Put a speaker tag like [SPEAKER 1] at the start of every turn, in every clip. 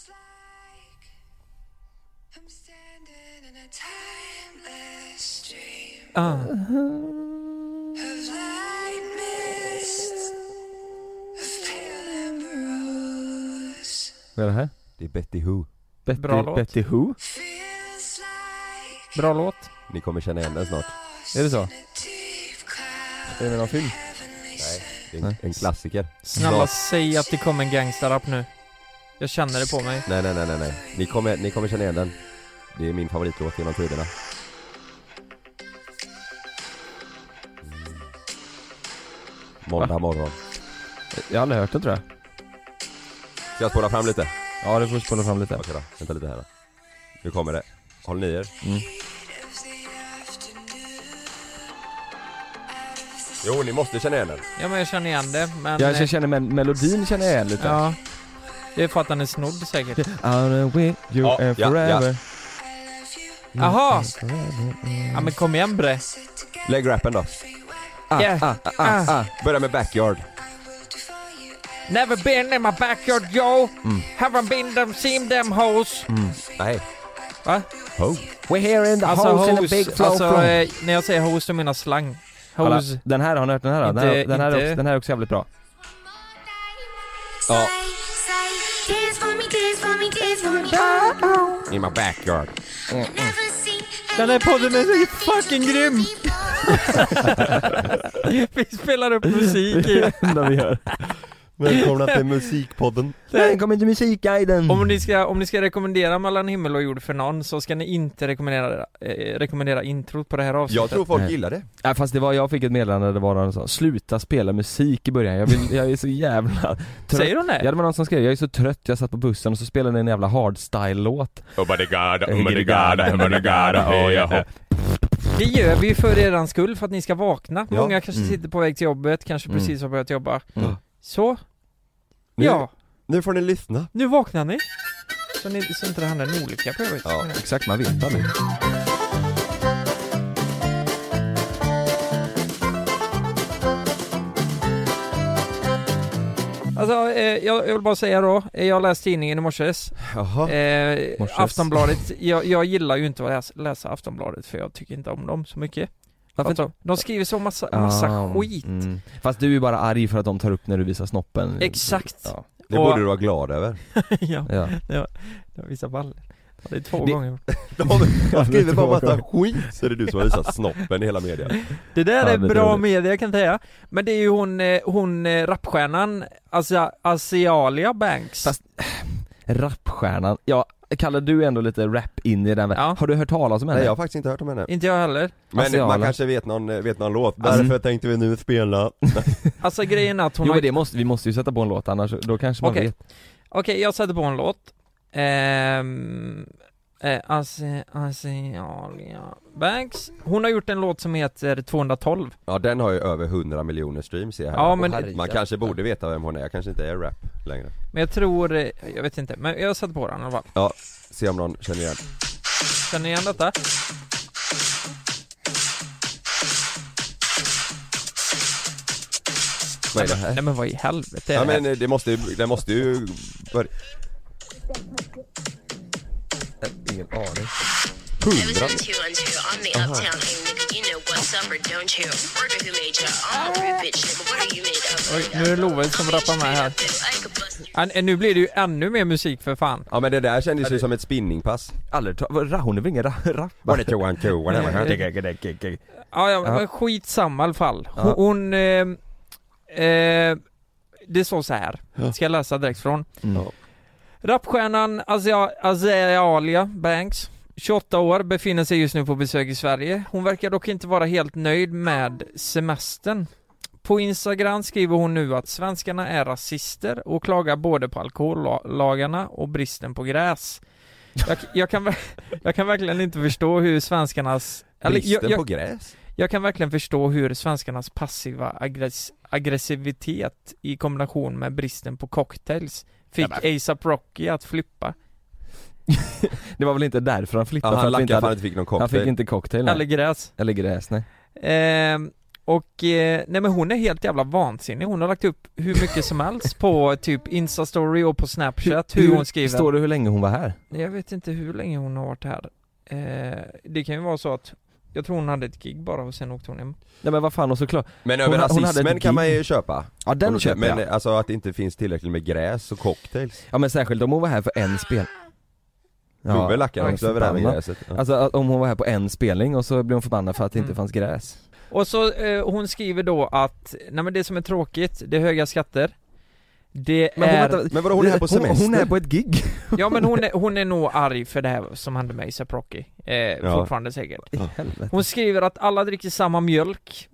[SPEAKER 1] Vad är det här?
[SPEAKER 2] Det är Betty Who.
[SPEAKER 3] Bra låt.
[SPEAKER 1] Betty Who?
[SPEAKER 3] Bra låt.
[SPEAKER 2] Ni kommer känna igen den snart.
[SPEAKER 1] Är det så? Är det någon film?
[SPEAKER 2] Nej, det är en klassiker.
[SPEAKER 3] Snälla säg att det kommer en gangsterrap nu. Jag känner det på mig.
[SPEAKER 2] Nej. Ni kommer känna igen den. Det är min favoritlåt genom tiderna. Måndag morgon.
[SPEAKER 1] Jag har aldrig hört det, tror jag.
[SPEAKER 2] Ska jag spola fram lite?
[SPEAKER 1] Ja, det får spola fram lite.
[SPEAKER 2] Okej då, vänta lite här då. Nu kommer det. Håll ni er. Jo, ni måste känna igen den.
[SPEAKER 3] Ja, men jag känner igen det. Men
[SPEAKER 1] Jag känner melodin känner jag igen lite.
[SPEAKER 3] ja. Det är för att den är snodd säkert.
[SPEAKER 1] I'm with you and forever.
[SPEAKER 3] Jaha. Ja, men kom igen bre.
[SPEAKER 2] Lägg rappen då. Börja med Backyard.
[SPEAKER 3] Never been in my backyard, yo. Haven't been them, seen them hoes.
[SPEAKER 2] Nej.
[SPEAKER 3] Va?
[SPEAKER 2] Ho.
[SPEAKER 1] We're here in the
[SPEAKER 3] Alltså
[SPEAKER 1] house in a
[SPEAKER 3] hos,
[SPEAKER 1] big flow
[SPEAKER 3] alltså
[SPEAKER 1] from...
[SPEAKER 3] när jag säger hos så menar slang.
[SPEAKER 1] Kolla,
[SPEAKER 3] Hos.
[SPEAKER 1] den här, har ni hört den här då? Den här är också jävligt bra.
[SPEAKER 2] Ja. In my backyard.
[SPEAKER 3] Den här podden är så fucking grym. Vi spelar upp musik i.
[SPEAKER 1] Det vi gör.
[SPEAKER 2] Välkomna till Musikpodden.
[SPEAKER 1] Välkommen till Musikguiden.
[SPEAKER 3] Om ni ska rekommendera Mellan himmel och jord för någon, så ska ni inte rekommendera introt på det här avsnittet.
[SPEAKER 2] Jag tror folk gillar det.
[SPEAKER 1] Nej, fast jag fick ett meddelande, det var någon som sa: sluta spela musik i början. Jag är så jävla trött.
[SPEAKER 3] Säger hon det?
[SPEAKER 1] Ja, det var någon som skrev: jag är så trött, jag satt på bussen och så spelade en jävla hardstyle-låt.
[SPEAKER 2] Oh my god, oh yeah.
[SPEAKER 3] Det gör vi för eran skull, för att ni ska vakna.
[SPEAKER 2] Ja.
[SPEAKER 3] Många kanske sitter på väg till jobbet, kanske precis har börjat jobba. Så,
[SPEAKER 2] Nu-
[SPEAKER 3] ja,
[SPEAKER 2] Nu får ni lyssna.
[SPEAKER 3] nu vaknar ni. Så inte det händer en olycka på jobbet.
[SPEAKER 2] Ja.
[SPEAKER 1] Exakt, man vet aldrig.
[SPEAKER 3] Alltså, jag vill bara säga då, jag läste tidningen i morses.
[SPEAKER 2] Jaha.
[SPEAKER 3] Aftonbladet, jag gillar ju inte att läsa Aftonbladet, för jag tycker inte om dem så mycket.
[SPEAKER 1] Varför
[SPEAKER 3] Alltså, de skriver så massa skit.
[SPEAKER 1] Fast du är bara arg för att de tar upp när du visar snoppen.
[SPEAKER 3] Exakt.
[SPEAKER 1] Ja.
[SPEAKER 2] Det borde du vara glad över.
[SPEAKER 3] Ja,
[SPEAKER 1] Ja.
[SPEAKER 3] det var vissa baller. Det är 2 gånger.
[SPEAKER 2] De skriver bara massa skit, så är det du som har visat snoppen i hela media.
[SPEAKER 3] Det där är
[SPEAKER 1] det
[SPEAKER 3] bra
[SPEAKER 1] tror
[SPEAKER 3] media, kan jag säga. Men det är ju hon rapstjärnan, alltså Azealia Banks.
[SPEAKER 1] Fast rapstjärnan, ja, Kalle, du är ändå lite rap in i den.
[SPEAKER 3] Ja.
[SPEAKER 1] Har du hört talas om henne?
[SPEAKER 2] Nej, jag har faktiskt inte hört om henne.
[SPEAKER 3] Inte jag heller.
[SPEAKER 2] Men
[SPEAKER 1] Azealia.
[SPEAKER 2] man kanske vet någon låt. Därför tänkte vi nu spela.
[SPEAKER 3] Alltså grejen är att hon
[SPEAKER 1] Jo,
[SPEAKER 3] har...
[SPEAKER 1] men vi måste ju sätta på en låt, annars då kanske man vet.
[SPEAKER 3] Okej, jag sätter på en låt. Azealia Banks. Hon har gjort en låt som heter 212.
[SPEAKER 2] Ja, den har ju över 100 miljoner streams, ser jag här.
[SPEAKER 3] Ja, men
[SPEAKER 2] man kanske borde veta vem hon är. Jag kanske inte är rap längre.
[SPEAKER 3] Men jag tror, jag vet inte, men jag sätter på den i alla fall.
[SPEAKER 2] Ja, se om någon känner igen.
[SPEAKER 3] Känner ni igen detta?
[SPEAKER 2] Vad är det här?
[SPEAKER 3] Nej, men vad i helvete är
[SPEAKER 2] Ja,
[SPEAKER 3] det här?
[SPEAKER 2] men det måste ju börja.
[SPEAKER 1] Ingen aning.
[SPEAKER 2] 100.
[SPEAKER 3] Oj, nu är det Love som rappar med här. Nu blir det ju ännu mer musik för fan.
[SPEAKER 2] Ja, men det där kändes ju som ett spinningpass.
[SPEAKER 1] Hon är väl ingen rap?
[SPEAKER 3] Ja, men skitsamma i alla fall. Hon det står så här. Ska jag läsa direkt från? Rapstjärnan Azealia Banks, 28 år, befinner sig just nu på besök i Sverige. Hon verkar dock inte vara helt nöjd med semestern. På Instagram skriver hon nu att svenskarna är rasister och klagar både på alkohollagarna och bristen på gräs. Jag kan verkligen inte förstå hur svenskarnas...
[SPEAKER 2] Bristen på gräs?
[SPEAKER 3] Jag kan verkligen förstå hur svenskarnas passiva aggressivitet i kombination med bristen på cocktails fick A$AP Rocky att flippa.
[SPEAKER 1] Det var väl inte därför han flippade?
[SPEAKER 2] Ja, han lackade för att han inte fick någon cocktail.
[SPEAKER 1] Han fick inte cocktail, nej.
[SPEAKER 3] Eller gräs.
[SPEAKER 1] Eller gräs, nej.
[SPEAKER 3] Och nej men hon är helt jävla vansinnig. Hon har lagt upp hur mycket som helst på typ Insta-story och på Snapchat hur hon skriver.
[SPEAKER 1] Står det hur länge hon var här?
[SPEAKER 3] Jag vet inte hur länge hon har varit här. Det kan ju vara så att jag tror hon hade ett gig bara och sen åkte hon hem.
[SPEAKER 1] Nej men vad fan, och såklart.
[SPEAKER 2] Men över rasismen kan man ju köpa.
[SPEAKER 1] Ja, den köper jag.
[SPEAKER 2] Men alltså att det inte finns tillräckligt med gräs och cocktails.
[SPEAKER 1] Ja men särskilt om hon var här för en spel.
[SPEAKER 2] Bubbe lackar också över det här med gräset. Ja.
[SPEAKER 1] Alltså om hon var här på en spelning och så blev hon förbannad för att det inte fanns gräs.
[SPEAKER 3] Och så hon skriver då att nej men det som är tråkigt, det är höga skatter. Det
[SPEAKER 2] men
[SPEAKER 3] är...
[SPEAKER 2] Men vadå, hon är här på semester?
[SPEAKER 1] Hon är på ett gig.
[SPEAKER 3] Ja men hon är nog arg för det här som hände med A$AP Rocky. Fortfarande säkert. Hon skriver att alla dricker samma mjölk.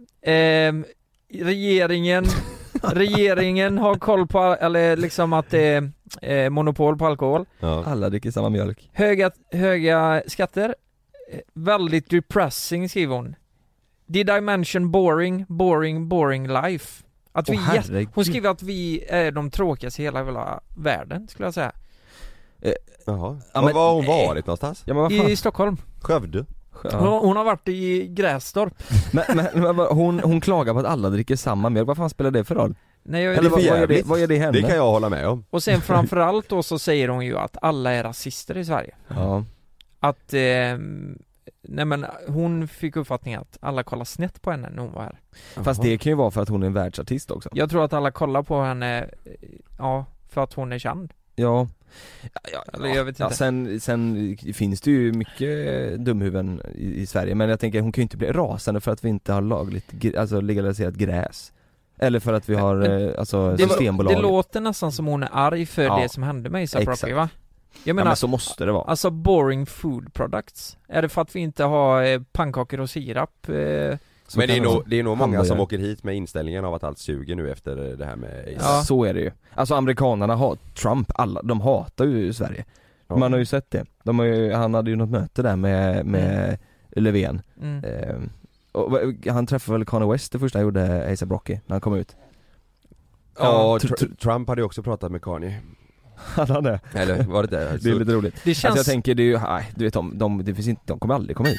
[SPEAKER 3] Regeringen har koll på, eller liksom att det är monopol på alkohol.
[SPEAKER 1] Ja. Alla dricker samma mjölk.
[SPEAKER 3] Höga skatter. Väldigt depressing, skriver hon. Did I mention boring life? Att hon skriver att vi är de tråkigaste i hela världen, skulle jag säga.
[SPEAKER 2] Jaha. Ja, var har hon varit någonstans?
[SPEAKER 1] Ja,
[SPEAKER 3] I Stockholm.
[SPEAKER 2] Skövde.
[SPEAKER 3] Ja. Hon har varit i Grästorp.
[SPEAKER 1] Men hon klagar på att alla dricker samma mjölk. Vad fan spelar det för roll?
[SPEAKER 3] Nej,
[SPEAKER 1] vad gör det henne?
[SPEAKER 2] Det kan jag hålla med om.
[SPEAKER 3] Och sen framförallt då så säger hon ju att alla är rasister i Sverige.
[SPEAKER 1] Ja.
[SPEAKER 3] Att nej men hon fick uppfattningen att alla kollar snett på henne när hon var här.
[SPEAKER 1] Fast det kan ju vara för att hon är en världsartist också.
[SPEAKER 3] Jag tror att alla kollar på henne för att hon är känd.
[SPEAKER 1] Ja.
[SPEAKER 3] Eller jag vet inte.
[SPEAKER 1] Sen finns det ju mycket dumhuvuden i Sverige, men jag tänker hon kan ju inte bli rasande för att vi inte har legaliserat gräs. Eller för att vi har Systembolag.
[SPEAKER 3] Det låter nästan som hon är arg för det som hände med A$AP Rocky, va? Jag menar,
[SPEAKER 1] men så måste det vara.
[SPEAKER 3] Alltså boring food products. Är det för att vi inte har pannkakor och sirap?
[SPEAKER 2] Men det är nog många som åker hit med inställningen av att allt suger nu efter det här med
[SPEAKER 1] Så är det ju. Alltså amerikanerna har Trump, de hatar ju Sverige. Ja. Man har ju sett det. Han hade ju något möte där med Löfven. Och han träffade väl Kanye West det första han gjorde, A$AP Rocky, när han kom ut.
[SPEAKER 2] Ja, Trump hade ju också pratat med Kanye.
[SPEAKER 1] Hade han det?
[SPEAKER 2] Eller var det där?
[SPEAKER 1] Det är lite roligt.
[SPEAKER 3] Det känns...
[SPEAKER 1] Alltså jag tänker, det är ju, du vet de kommer aldrig komma ut.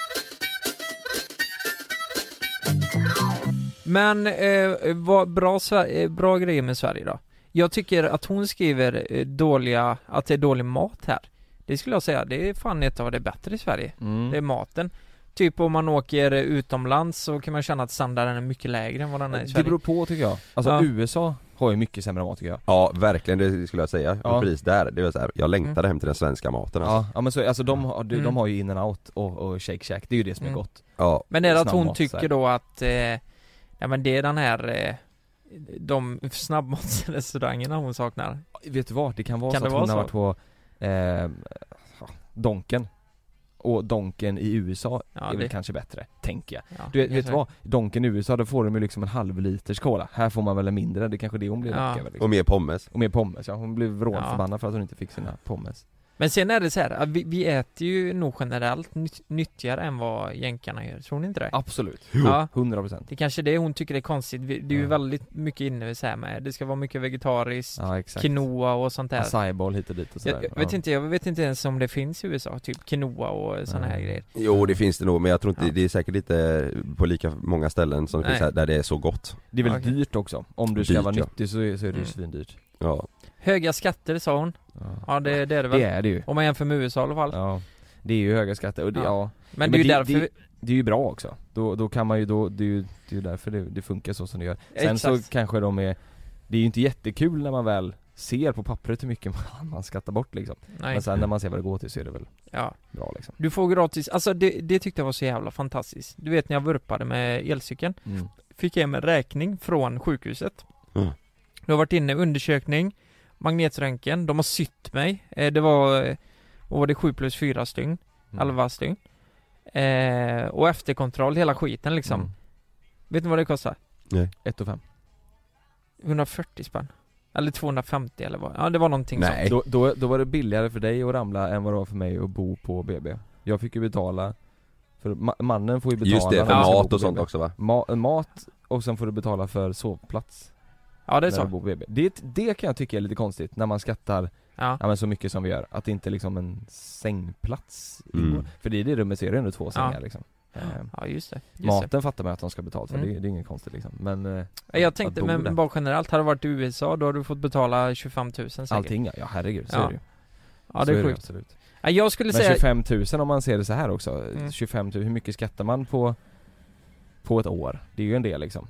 [SPEAKER 3] Men vad bra grejer med Sverige då. Jag tycker att hon skriver att det är dålig mat här. Det skulle jag säga, det är fan ett av det bättre i Sverige. Det är maten. Typ om man åker utomlands så kan man känna att standarden är mycket lägre än vad den är i Sverige.
[SPEAKER 1] Det beror på, tycker jag. Alltså USA har ju mycket sämre mat, tycker jag.
[SPEAKER 2] Ja, verkligen, det skulle jag säga. Precis där, det var så här, jag längtade hem till den svenska maten alltså.
[SPEAKER 1] Ja men så, alltså de har ju In and Out och Shake Shack, det är ju det som är gott.
[SPEAKER 2] Ja.
[SPEAKER 3] Men är det att hon tycker då att men det är den här de snabbmatsrestaurangerna hon saknar?
[SPEAKER 1] Vet du vad, det kan vara så att hon har varit på Donken. Och Donken i USA är väl kanske bättre, tänker jag. Du vet du vad? Donken i USA, då får de ju liksom en halv liters cola. Här får man väl en mindre, det är kanske det hon blir nackad liksom.
[SPEAKER 2] Och mer pommes.
[SPEAKER 1] Ja, hon blev vrålförbannad för att hon inte fick sina pommes.
[SPEAKER 3] Men sen är det så här att vi äter ju nog generellt nyttigare än vad jänkarna gör, tror ni inte det?
[SPEAKER 1] Absolut,
[SPEAKER 3] ja.
[SPEAKER 1] 100%.
[SPEAKER 3] Det är kanske det hon tycker är konstigt. Det är ju väldigt mycket inne så här med, det ska vara mycket vegetariskt, quinoa och sånt där.
[SPEAKER 1] Acai-boll hit och dit och sådär.
[SPEAKER 3] Jag vet inte ens om det finns i USA, typ quinoa och såna här grejer.
[SPEAKER 2] Jo, det finns det nog, men jag tror inte, det är säkert lite på lika många ställen som finns här, där det är så gott.
[SPEAKER 1] Det är väl dyrt också, om du ska vara nyttig så är det ju svindyrt.
[SPEAKER 2] Ja.
[SPEAKER 3] Höga skatter, sa hon. Ja, det är det väl.
[SPEAKER 1] Det är det ju.
[SPEAKER 3] Om man jämför med USA i alla fall.
[SPEAKER 1] Ja. Det är ju höga skatter och det,
[SPEAKER 3] Men det är ju därför
[SPEAKER 1] det är ju bra också. Då kan man ju det är ju därför det funkar så som det gör. Sen
[SPEAKER 3] Exakt.
[SPEAKER 1] så kanske det är ju inte jättekul när man väl ser på pappret hur mycket man skattar bort liksom.
[SPEAKER 3] Nej.
[SPEAKER 1] Men sen när man ser vad det går till så är det väl bra liksom.
[SPEAKER 3] Du får gratis, alltså det tyckte jag var så jävla fantastiskt. Du vet när jag vurpade med elcykeln, fick jag en räkning från sjukhuset. Du har varit inne i undersökning, magnetröntgen, de har sytt mig. Det var det 7+4 stygn, 11 stygn. Och efterkontroll, hela skiten liksom. Vet ni vad det kostar?
[SPEAKER 2] Nej.
[SPEAKER 1] 1,5.
[SPEAKER 3] 140 spänn. Eller 250 eller vad. Ja, det var någonting
[SPEAKER 1] sånt. Då var det billigare för dig att ramla än vad det var för mig att bo på BB. Jag fick ju betala, för mannen får ju betala.
[SPEAKER 2] Just det, för mat och sånt också, va?
[SPEAKER 1] Mat, och sen får du betala för sovplats.
[SPEAKER 3] Ja, det är så.
[SPEAKER 1] Det kan jag tycka är lite konstigt när man skattar men så mycket som vi gör. Att det inte liksom en sängplats ingår. För det är det rummet, så är det ändå 2 sängar liksom.
[SPEAKER 3] Ja, just det.
[SPEAKER 1] Maten fattar man att de ska betala för, det är inget konstigt liksom. Men
[SPEAKER 3] jag tänkte, men bara generellt, hade det varit i USA, då har du fått betala 25 000 säkert.
[SPEAKER 1] Allting, ja herregud, så är det ju.
[SPEAKER 3] Ja, det är sjukt.
[SPEAKER 1] Absolut.
[SPEAKER 3] Ja, jag skulle
[SPEAKER 1] men
[SPEAKER 3] säga
[SPEAKER 1] 25 000 om man ser det så här också. 25 000, hur mycket skattar man på ett år? Det är ju en del liksom.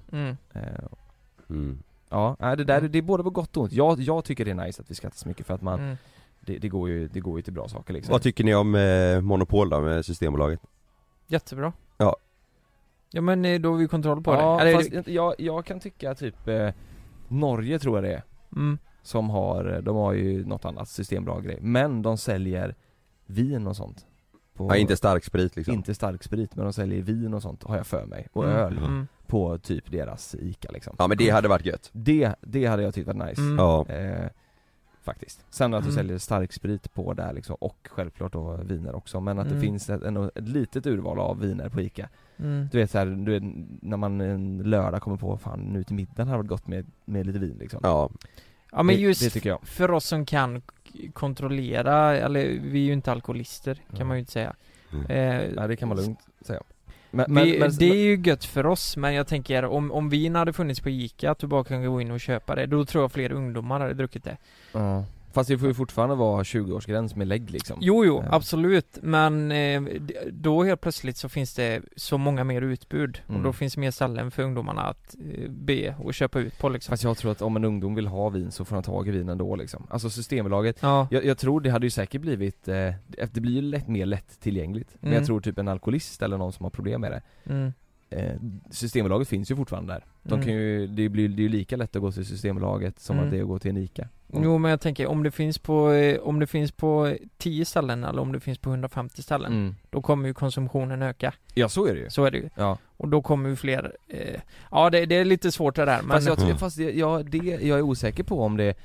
[SPEAKER 1] Ja, det är både på gott och ont. Jag tycker det är nice att vi skattar så mycket för att man det går ju till bra saker liksom.
[SPEAKER 2] Vad tycker ni om monopol då med Systembolaget?
[SPEAKER 3] Jättebra.
[SPEAKER 2] Ja.
[SPEAKER 3] Ja, men då har vi kontroll på det.
[SPEAKER 1] Fast jag kan tycka typ Norge tror jag det är. Som de har ju något annat Systembolag-grej. Men de säljer vin och sånt.
[SPEAKER 2] Inte starksprit liksom.
[SPEAKER 1] Inte starksprit, men de säljer vin och sånt, har jag för mig. Och öl på typ deras ICA liksom.
[SPEAKER 2] Ja, men det hade varit gött.
[SPEAKER 1] Det hade jag tyckt var nice.
[SPEAKER 2] Ja.
[SPEAKER 1] Faktiskt. Sen att du säljer starksprit på där liksom, och självklart då viner också. Men att det finns ett litet urval av viner på ICA. Du vet så här, när man en lördag kommer på, fan nu till middagen hade varit gott med lite vin liksom.
[SPEAKER 3] Ja, men just
[SPEAKER 1] det tycker jag.
[SPEAKER 3] För oss som kan kontrollera, eller vi är ju inte alkoholister, kan man ju inte säga.
[SPEAKER 1] Nej, det kan man lugnt säga. Men
[SPEAKER 3] det är ju gött för oss, men jag tänker om vin hade funnits på ICA, att du bara kan gå in och köpa det, då tror jag fler ungdomar hade druckit det.
[SPEAKER 1] Fast det får ju fortfarande vara 20-årsgräns med lägg liksom.
[SPEAKER 3] Jo, absolut. Men då helt plötsligt så finns det så många mer utbud. Och då finns mer ställen för ungdomarna att be och köpa ut på liksom.
[SPEAKER 1] Fast jag tror att om en ungdom vill ha vin så får han tag i vin ändå liksom. Alltså Systembolaget, jag tror det hade ju säkert blivit det blir ju mer lätt tillgängligt. Men jag tror typ en alkoholist eller någon som har problem med det. Systembolaget finns ju fortfarande där. De kan ju, det är ju lika lätt att gå till Systembolaget som att det är att gå till en ICA.
[SPEAKER 3] Jo, men jag tänker om det finns på 10 ställen eller om det finns på 150 ställen, då kommer ju konsumtionen öka.
[SPEAKER 1] Ja, så är det ju.
[SPEAKER 3] Så är det ju.
[SPEAKER 1] Ja.
[SPEAKER 3] Och då kommer ju fler det är lite svårt det där, men
[SPEAKER 1] jag är osäker på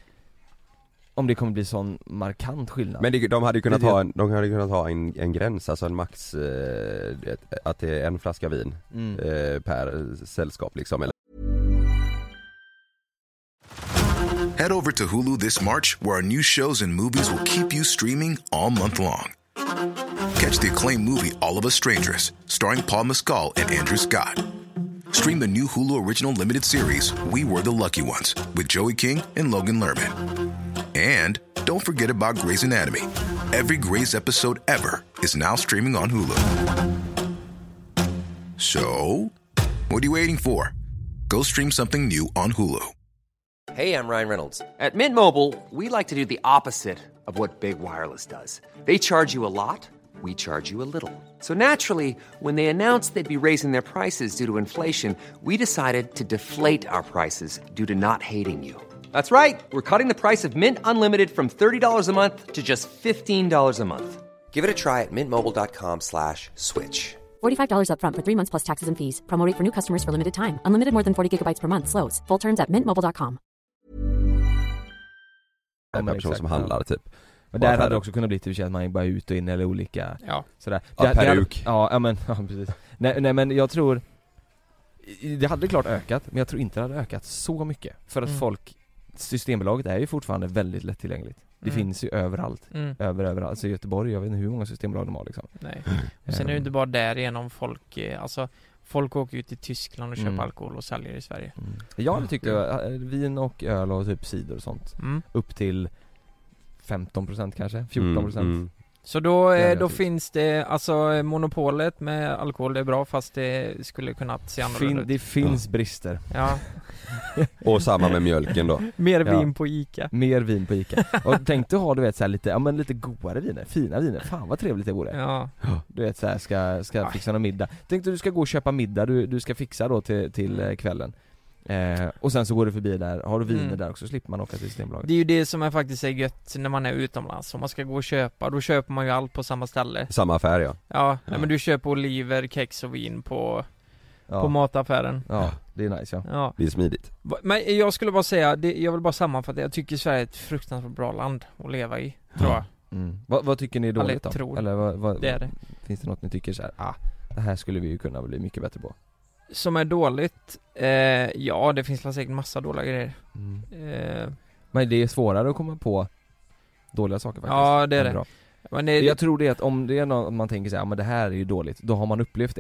[SPEAKER 1] om det kommer bli sån markant skillnad.
[SPEAKER 2] Men de hade ju kunnat ha en gräns, alltså en max att det är en flaska vin per sällskap liksom, eller?
[SPEAKER 4] Head over to Hulu this March, where our new shows and movies will keep you streaming all month long. Catch the acclaimed movie All of Us Strangers, starring Paul Mescal and Andrew Scott. Stream the new Hulu original limited series We Were the Lucky Ones with Joey King and Logan Lerman. And don't forget about Grey's Anatomy. Every Grey's episode ever is now streaming on Hulu. So, what are you waiting for? Go stream something new on Hulu.
[SPEAKER 5] Hey, I'm Ryan Reynolds. At Mint Mobile, we like to do the opposite of what Big Wireless does. They charge you a lot, we charge you a little. So naturally, when they announced they'd be raising their prices due to inflation, we decided to deflate our prices due to not hating you. That's right. We're cutting the price of Mint Unlimited from $30 a month to just $15 a month. Give it a try at mintmobile.com/switch.
[SPEAKER 6] $45 up front for 3 months plus taxes and fees. Promo rate for new customers for limited time. Unlimited more than 40 gigabytes per month. Slows full terms at mintmobile.com.
[SPEAKER 2] En person som handlar typ.
[SPEAKER 1] Men där hade det också kunnat bli till att man bara ut och in eller olika sådär.
[SPEAKER 2] Peruk.
[SPEAKER 1] Precis. Nej, men jag tror det hade klart ökat, men jag tror inte det hade ökat så mycket. För att Systembolaget är ju fortfarande väldigt lättillgängligt. Det finns ju överallt. Överallt. Alltså i Göteborg, jag vet inte hur många systembolag de har liksom.
[SPEAKER 3] Nej. Och sen är det inte bara därigenom folk åker ut till Tyskland och köper alkohol och säljer i Sverige.
[SPEAKER 1] Jag tyckte vin och öl och typ cider och sånt. Upp till 15% kanske, 14%.
[SPEAKER 3] Så då finns det, alltså monopolet med alkohol, det är bra, fast det skulle kunna se annorlunda ut.
[SPEAKER 1] Det finns brister.
[SPEAKER 3] Ja.
[SPEAKER 2] Och samma med mjölken då.
[SPEAKER 3] Mer vin på ICA.
[SPEAKER 1] Mer vin på ICA. Och tänk du ha, du vet så här lite godare viner, fina viner. Fan vad trevligt det vore.
[SPEAKER 3] Ja.
[SPEAKER 1] Du vet så här ska fixa någon middag. Tänk du ska gå och köpa middag, du ska fixa då till kvällen. Och sen så går du förbi där, har du viner där också, slipper man åka till Systembolaget.
[SPEAKER 3] Det är ju det som är faktiskt är gött när man är utomlands. Om man ska gå och köpa, då köper man ju allt på samma ställe.
[SPEAKER 2] Samma affär, ja.
[SPEAKER 3] Ja, men du köper oliver, kex och vin på mataffären.
[SPEAKER 1] Ja, det är nice
[SPEAKER 3] ja.
[SPEAKER 2] Det är smidigt.
[SPEAKER 3] Men jag skulle bara säga, jag vill bara sammanfatta, jag tycker Sverige är ett fruktansvärt bra land att leva i, tror jag.
[SPEAKER 1] Vad tycker ni är dåligt då? Eller vad
[SPEAKER 3] det är det.
[SPEAKER 1] Finns det något ni tycker så här, det här skulle vi ju kunna bli mycket bättre på?
[SPEAKER 3] Som är dåligt? Ja, det finns säkert massa dåliga grejer.
[SPEAKER 1] Men det är svårare att komma på dåliga saker faktiskt.
[SPEAKER 3] Ja, det är det.
[SPEAKER 1] Men jag tror det att om det är något man tänker så här, men det här är ju dåligt, då har man upplevt det.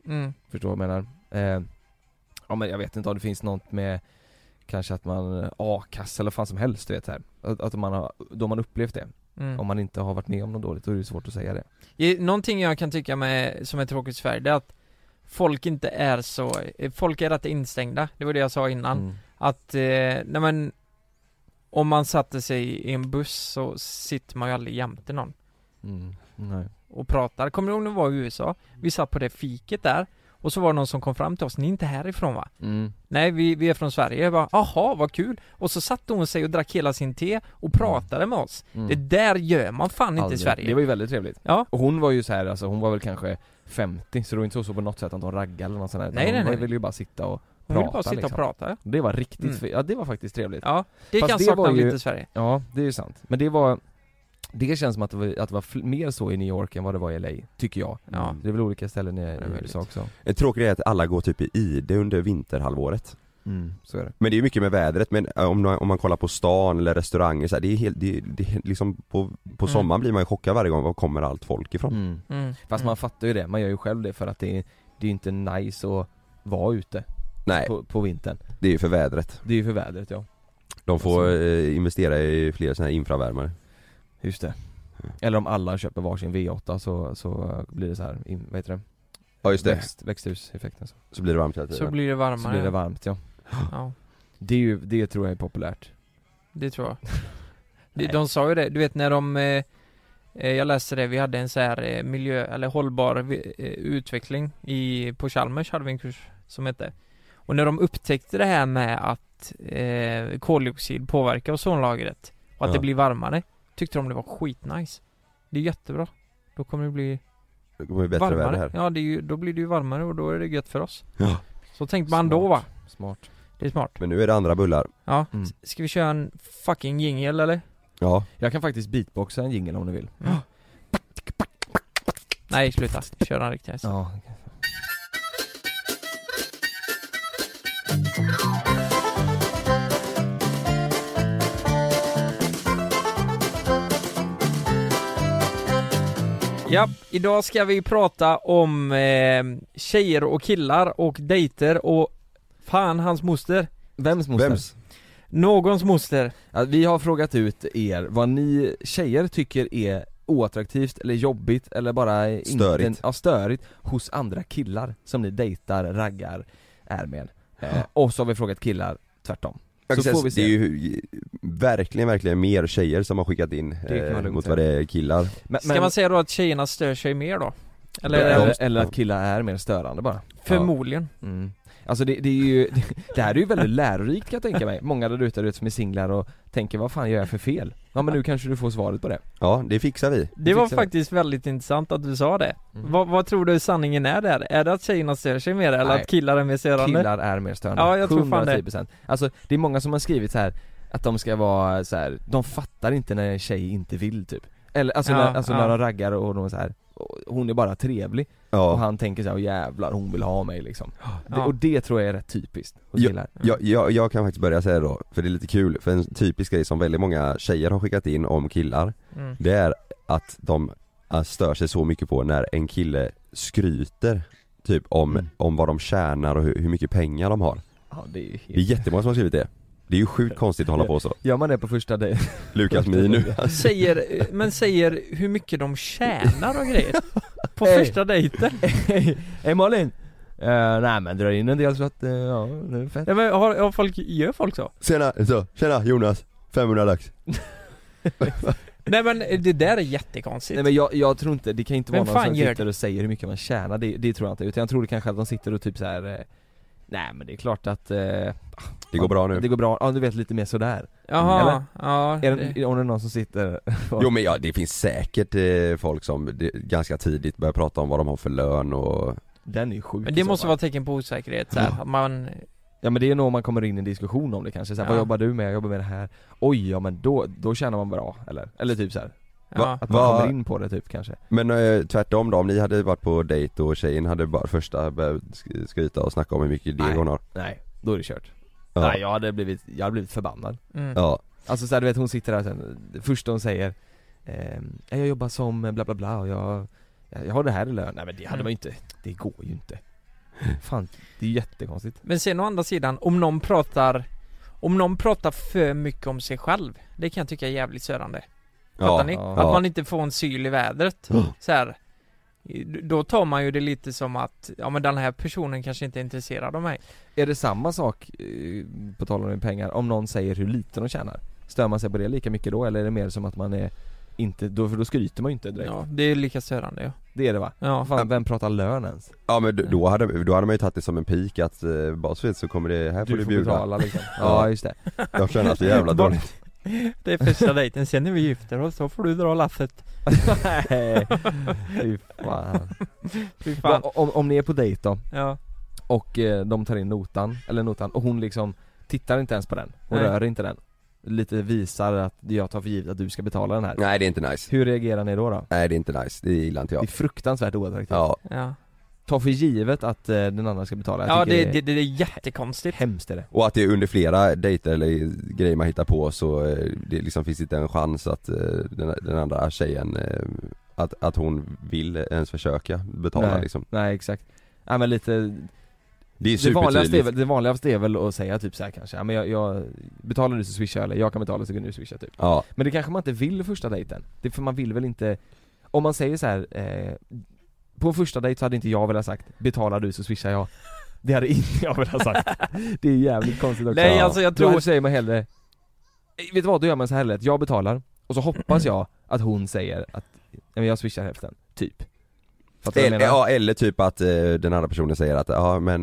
[SPEAKER 1] Förstår vad jag menar? Ja men jag vet inte om det finns något med kanske att man A-kassa eller fan som helst, du vet här. Att då man upplevt det. Om man inte har varit med om något dåligt, då är det svårt att säga det.
[SPEAKER 3] Någonting jag kan tycka med som är tråkigt i Sverige, det är att folk inte är så, folk är rätt instängda. Det var det jag sa innan. Att nej men, om man satte sig i en buss så sitter man ju aldrig jämte någon.
[SPEAKER 1] Nej.
[SPEAKER 3] Och pratar. Kommer du ihåg när vi var i USA? Vi satt på det fiket där. Och så var det någon som kom fram till oss. Ni är inte härifrån va? Nej, vi är från Sverige. Jag bara, aha, vad kul. Och så satte hon sig och drack hela sin te och pratade med oss. Det där gör man fan inte i Sverige.
[SPEAKER 1] Det var ju väldigt trevligt.
[SPEAKER 3] Ja.
[SPEAKER 1] Och hon var ju så här, alltså hon var väl kanske 50, så det var inte så på något sätt att hon raggade eller något sånt där.
[SPEAKER 3] Nej.
[SPEAKER 1] Hon ville ju bara sitta och
[SPEAKER 3] hon
[SPEAKER 1] prata.
[SPEAKER 3] Ville bara sitta
[SPEAKER 1] liksom.
[SPEAKER 3] och prata. Ja.
[SPEAKER 1] Det var riktigt ja, det var faktiskt trevligt.
[SPEAKER 3] Ja, det
[SPEAKER 1] fast
[SPEAKER 3] kan
[SPEAKER 1] det
[SPEAKER 3] sakna lite i Sverige.
[SPEAKER 1] Ja, det är ju sant. Men det känns som att det var mer så i New York än vad det var i LA, tycker jag.
[SPEAKER 3] Ja.
[SPEAKER 1] Det är väl olika ställen i USA också.
[SPEAKER 2] En tråkig är att alla går typ i ID under vinterhalvåret.
[SPEAKER 1] Så är det.
[SPEAKER 2] Men det är mycket med vädret, men om man kollar på stan eller restauranger så här, det är helt, det är liksom på sommaren blir man ju chockad varje gång, var kommer allt folk ifrån?
[SPEAKER 1] Fast man fattar ju det, man gör ju själv det för att det är inte nice att vara ute.
[SPEAKER 2] Nej.
[SPEAKER 1] På vintern.
[SPEAKER 2] Det är ju för vädret.
[SPEAKER 1] Det är ju för vädret, ja.
[SPEAKER 2] De får investera i fler sådana här infravärmare.
[SPEAKER 1] Just det. Eller om alla köper varsin V8 så blir det så här, vad heter det?
[SPEAKER 2] Ja just det.
[SPEAKER 1] Växthuseffekten.
[SPEAKER 2] Så blir det varmt hela tiden.
[SPEAKER 3] Så blir det varmare.
[SPEAKER 1] Så blir det varmt, ja.
[SPEAKER 3] Ja.
[SPEAKER 1] Det tror jag är populärt.
[SPEAKER 3] Det tror jag. De sa ju det, du vet när jag läste det, vi hade en så här miljö eller hållbar utveckling på Chalmers hade vi en kurs som hette. Och när de upptäckte det här med att koldioxid påverkar ozonlagret och att det blir varmare, tyckte de det var skitnice. Det är jättebra. Då kommer det bli
[SPEAKER 2] bättre
[SPEAKER 3] varmare.
[SPEAKER 2] väder här.
[SPEAKER 3] Ja, då blir det ju varmare och då är det gött för oss.
[SPEAKER 2] Ja.
[SPEAKER 3] Så tänkte man då va?
[SPEAKER 1] Smart.
[SPEAKER 3] Det är smart.
[SPEAKER 2] Men nu är det andra bullar.
[SPEAKER 3] Ja. Ska vi köra en fucking jingle eller?
[SPEAKER 2] Ja.
[SPEAKER 1] Jag kan faktiskt beatboxa en jingle om du vill.
[SPEAKER 3] Nej, sluta. Kör en riktigt.
[SPEAKER 1] Ja.
[SPEAKER 3] Ja, idag ska vi prata om tjejer och killar och dejter och fan hans moster.
[SPEAKER 1] Vems moster?
[SPEAKER 3] Någons moster.
[SPEAKER 1] Ja, vi har frågat ut er vad ni tjejer tycker är oattraktivt eller jobbigt eller bara störigt hos andra killar som ni dejtar, raggar, är med. Och så har vi frågat killar tvärtom. Så får vi se.
[SPEAKER 2] Det är ju verkligen mer tjejer som har skickat in mot vad det är killar.
[SPEAKER 3] Ska man säga då att tjejerna stör sig mer då?
[SPEAKER 1] Eller att killar är mer störande bara.
[SPEAKER 3] Förmodligen.
[SPEAKER 1] Alltså det är ju det här är ju väldigt lärorikt kan jag tänka mig. Många där ute som är singlar och tänker vad fan gör jag för fel? Ja men nu kanske du får svaret på det.
[SPEAKER 2] Ja, det fixar vi.
[SPEAKER 3] Det var faktiskt väldigt intressant att du sa det. Vad tror du sanningen är där? Är det att tjejerna stör sig mer eller att killar är mer störande?
[SPEAKER 1] Killar är mer störande.
[SPEAKER 3] Ja, jag tror fan det.
[SPEAKER 1] 110%. Alltså det är många som har skrivit så här att de ska vara så här, de fattar inte när en tjej inte vill typ. Eller när de raggar och de är så här, hon är bara trevlig. Ja. Och han tänker så här, jävlar hon vill ha mig liksom. Och det tror jag är rätt typiskt hos killar.
[SPEAKER 2] Jag kan faktiskt börja säga då, för det är lite kul, för en typisk grej som väldigt många tjejer har skickat in om killar, det är att de stör sig så mycket på när en kille skryter typ om vad de tjänar och hur mycket pengar de har.
[SPEAKER 1] Ja, det är
[SPEAKER 2] det är jättemånga som har skrivit det. Det är ju sjukt konstigt att hålla på så.
[SPEAKER 1] Gör man det på första dejt?
[SPEAKER 2] Lukas min nu.
[SPEAKER 3] Säger hur mycket de tjänar och grejer på första dejten.
[SPEAKER 1] Hej Malin. Nej men drar in en del så att ja, det är fett.
[SPEAKER 3] Ja, men gör folk så?
[SPEAKER 2] Tjena Jonas, 500 lax.
[SPEAKER 3] Nej men det där är jättekonstigt.
[SPEAKER 1] Nej men jag tror inte, det kan inte vara någon som sitter och säger hur mycket man tjänar. Det tror jag inte, utan jag tror det kanske att de sitter och typ så här. Nej men det är klart att
[SPEAKER 2] det går bra nu.
[SPEAKER 1] Det går bra, ja du vet lite mer sådär.
[SPEAKER 3] Jaha,
[SPEAKER 1] eller?
[SPEAKER 3] Ja.
[SPEAKER 1] Om det är någon som sitter
[SPEAKER 2] Jo men det finns säkert folk som ganska tidigt börjar prata om vad de har för lön och
[SPEAKER 1] den är ju sjuk.
[SPEAKER 3] Men det måste vara tecken på osäkerhet så här, att man.
[SPEAKER 1] Ja men det är nog man kommer in i en diskussion om det kanske så här, vad jobbar du med? Jag jobbar med det här. Oj, ja men då tjänar man bra eller typ så här. Att man kommer in på det typ kanske.
[SPEAKER 2] Men tvärtom då, om ni hade varit på dejt och tjejen hade bara första börjat skryta och snacka om hur mycket deg hon har.
[SPEAKER 1] Nej, då är det kört. Nej, jag hade blivit förbannad.
[SPEAKER 2] Ja.
[SPEAKER 1] Alltså så här, du vet hon sitter där sen, det första hon säger jag jobbar som bla bla bla och jag har det här i lön. Nej men det hade man ju inte, det går ju inte. Fan, det är jättekonstigt.
[SPEAKER 3] Men sen å andra sidan, om någon pratar för mycket om sig själv, det kan jag tycka är jävligt störande. Fattar ni?
[SPEAKER 1] ja.
[SPEAKER 3] Att man inte får en syl i vädret. Så här, då tar man ju det lite som att men den här personen kanske inte är intresserad av mig.
[SPEAKER 1] Är det samma sak, på tal om pengar, om någon säger hur lite de tjänar? Stör man sig på det lika mycket då? Eller är det mer som att man är inte, för då skryter man ju inte direkt.
[SPEAKER 3] Ja, det är lika störande, ja.
[SPEAKER 1] Det är det, va?
[SPEAKER 3] Ja.
[SPEAKER 1] Fan, vem pratar lön ens?
[SPEAKER 2] Ja, men då hade man ju tagit det som en peak att bara så kommer det, här får du bjuda.
[SPEAKER 1] Betala liksom. Ja, just det.
[SPEAKER 2] Jag känner att det är jävla dåligt.
[SPEAKER 3] Det är första dejten, sen när vi gifter oss så får du dra lasset.
[SPEAKER 1] Nej, fy fan. Om ni är på dejt då,
[SPEAKER 3] ja.
[SPEAKER 1] och de tar in notan, och hon liksom tittar inte ens på den, hon rör inte den, lite visar att jag tar för givet att du ska betala den här.
[SPEAKER 2] Nej, det är inte nice.
[SPEAKER 1] Hur reagerar ni då?
[SPEAKER 2] Nej, det är inte nice, det gillar inte jag.
[SPEAKER 1] Det är fruktansvärt oattraktivt.
[SPEAKER 3] Ja.
[SPEAKER 1] Ta för givet att den andra ska betala.
[SPEAKER 3] Ja, det är jättekonstigt.
[SPEAKER 1] Hemskt är det.
[SPEAKER 2] Och att det är under flera dejter eller grejer man hittar på, så det liksom finns inte en chans att den andra tjejen att hon vill ens försöka betala.
[SPEAKER 1] Nej,
[SPEAKER 2] liksom.
[SPEAKER 1] nej, exakt. Ja, men lite.
[SPEAKER 2] Det är
[SPEAKER 1] det vanligaste är väl att säga typ så här kanske. Ja, men jag betalar du så swishar, eller jag kan betala så kan du swisha typ.
[SPEAKER 2] Ja.
[SPEAKER 1] Men det kanske man inte vill första dejten. Det är för man vill väl inte. Om man säger så här, på första dejt så hade inte jag velat sagt betalar du så swishar jag. Det hade inte jag velat sagt. Det är jävligt konstigt också.
[SPEAKER 3] Nej, alltså jag tror
[SPEAKER 1] då säger man hellre, vet du vad, då gör man så här att jag betalar och så hoppas jag att hon säger att jag swishar hälften typ.
[SPEAKER 2] Eller typ att den andra personen säger att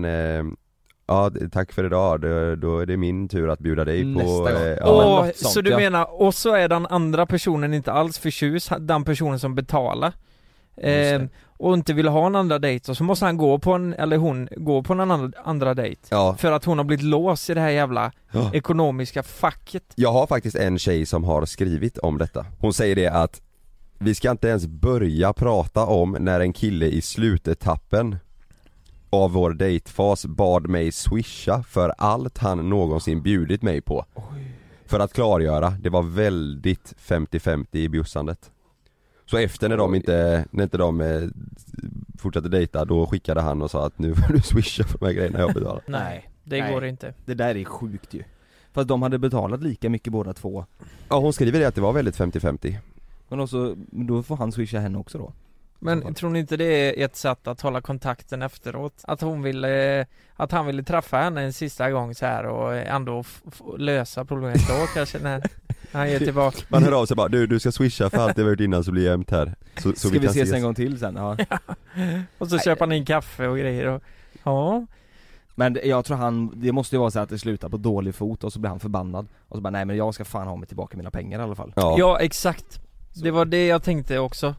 [SPEAKER 2] tack för idag, då är det min tur att bjuda dig
[SPEAKER 1] nästa
[SPEAKER 2] på
[SPEAKER 1] gång.
[SPEAKER 3] Så du menar, och så är den andra personen inte alls förtjust, den personen som betalar och inte vill ha en andra dejt, och så måste han gå på hon gå på en andra dejt för att hon har blivit låst i det här jävla ekonomiska facket.
[SPEAKER 2] Jag har faktiskt en tjej som har skrivit om detta. Hon säger det att vi ska inte ens börja prata om när en kille i slutetappen av vår dejtfas bad mig swisha för allt han någonsin bjudit mig på. För att klargöra, det var väldigt 50-50 i bjussandet. Så efter när inte de fortsatte dejta, då skickade han och sa att nu får du swisha för de här grejerna jag betalar.
[SPEAKER 3] Nej, det går inte.
[SPEAKER 1] Det där är sjukt ju. Fast de hade betalat lika mycket båda två.
[SPEAKER 2] Ja, hon skriver det att det var väldigt 50-50.
[SPEAKER 1] Men också, då får han swisha henne också då.
[SPEAKER 3] Men tror ni inte det är ett sätt att hålla kontakten efteråt? Att han ville träffa henne en sista gång så här och ändå lösa problemet då kanske när han ger tillbaka.
[SPEAKER 2] Man hör av sig bara, du ska swisha för allt det varit innan så blir jämnt här. Så
[SPEAKER 1] ska vi ses en gång till sen? Ja.
[SPEAKER 3] Och så köper han in kaffe och grejer och, ja.
[SPEAKER 1] Men jag tror det måste ju vara så att det slutar på dålig fot och så blir han förbannad. Och så bara, nej men jag ska fan ha mig tillbaka mina pengar i alla fall.
[SPEAKER 3] Ja, exakt. Det var det jag tänkte också.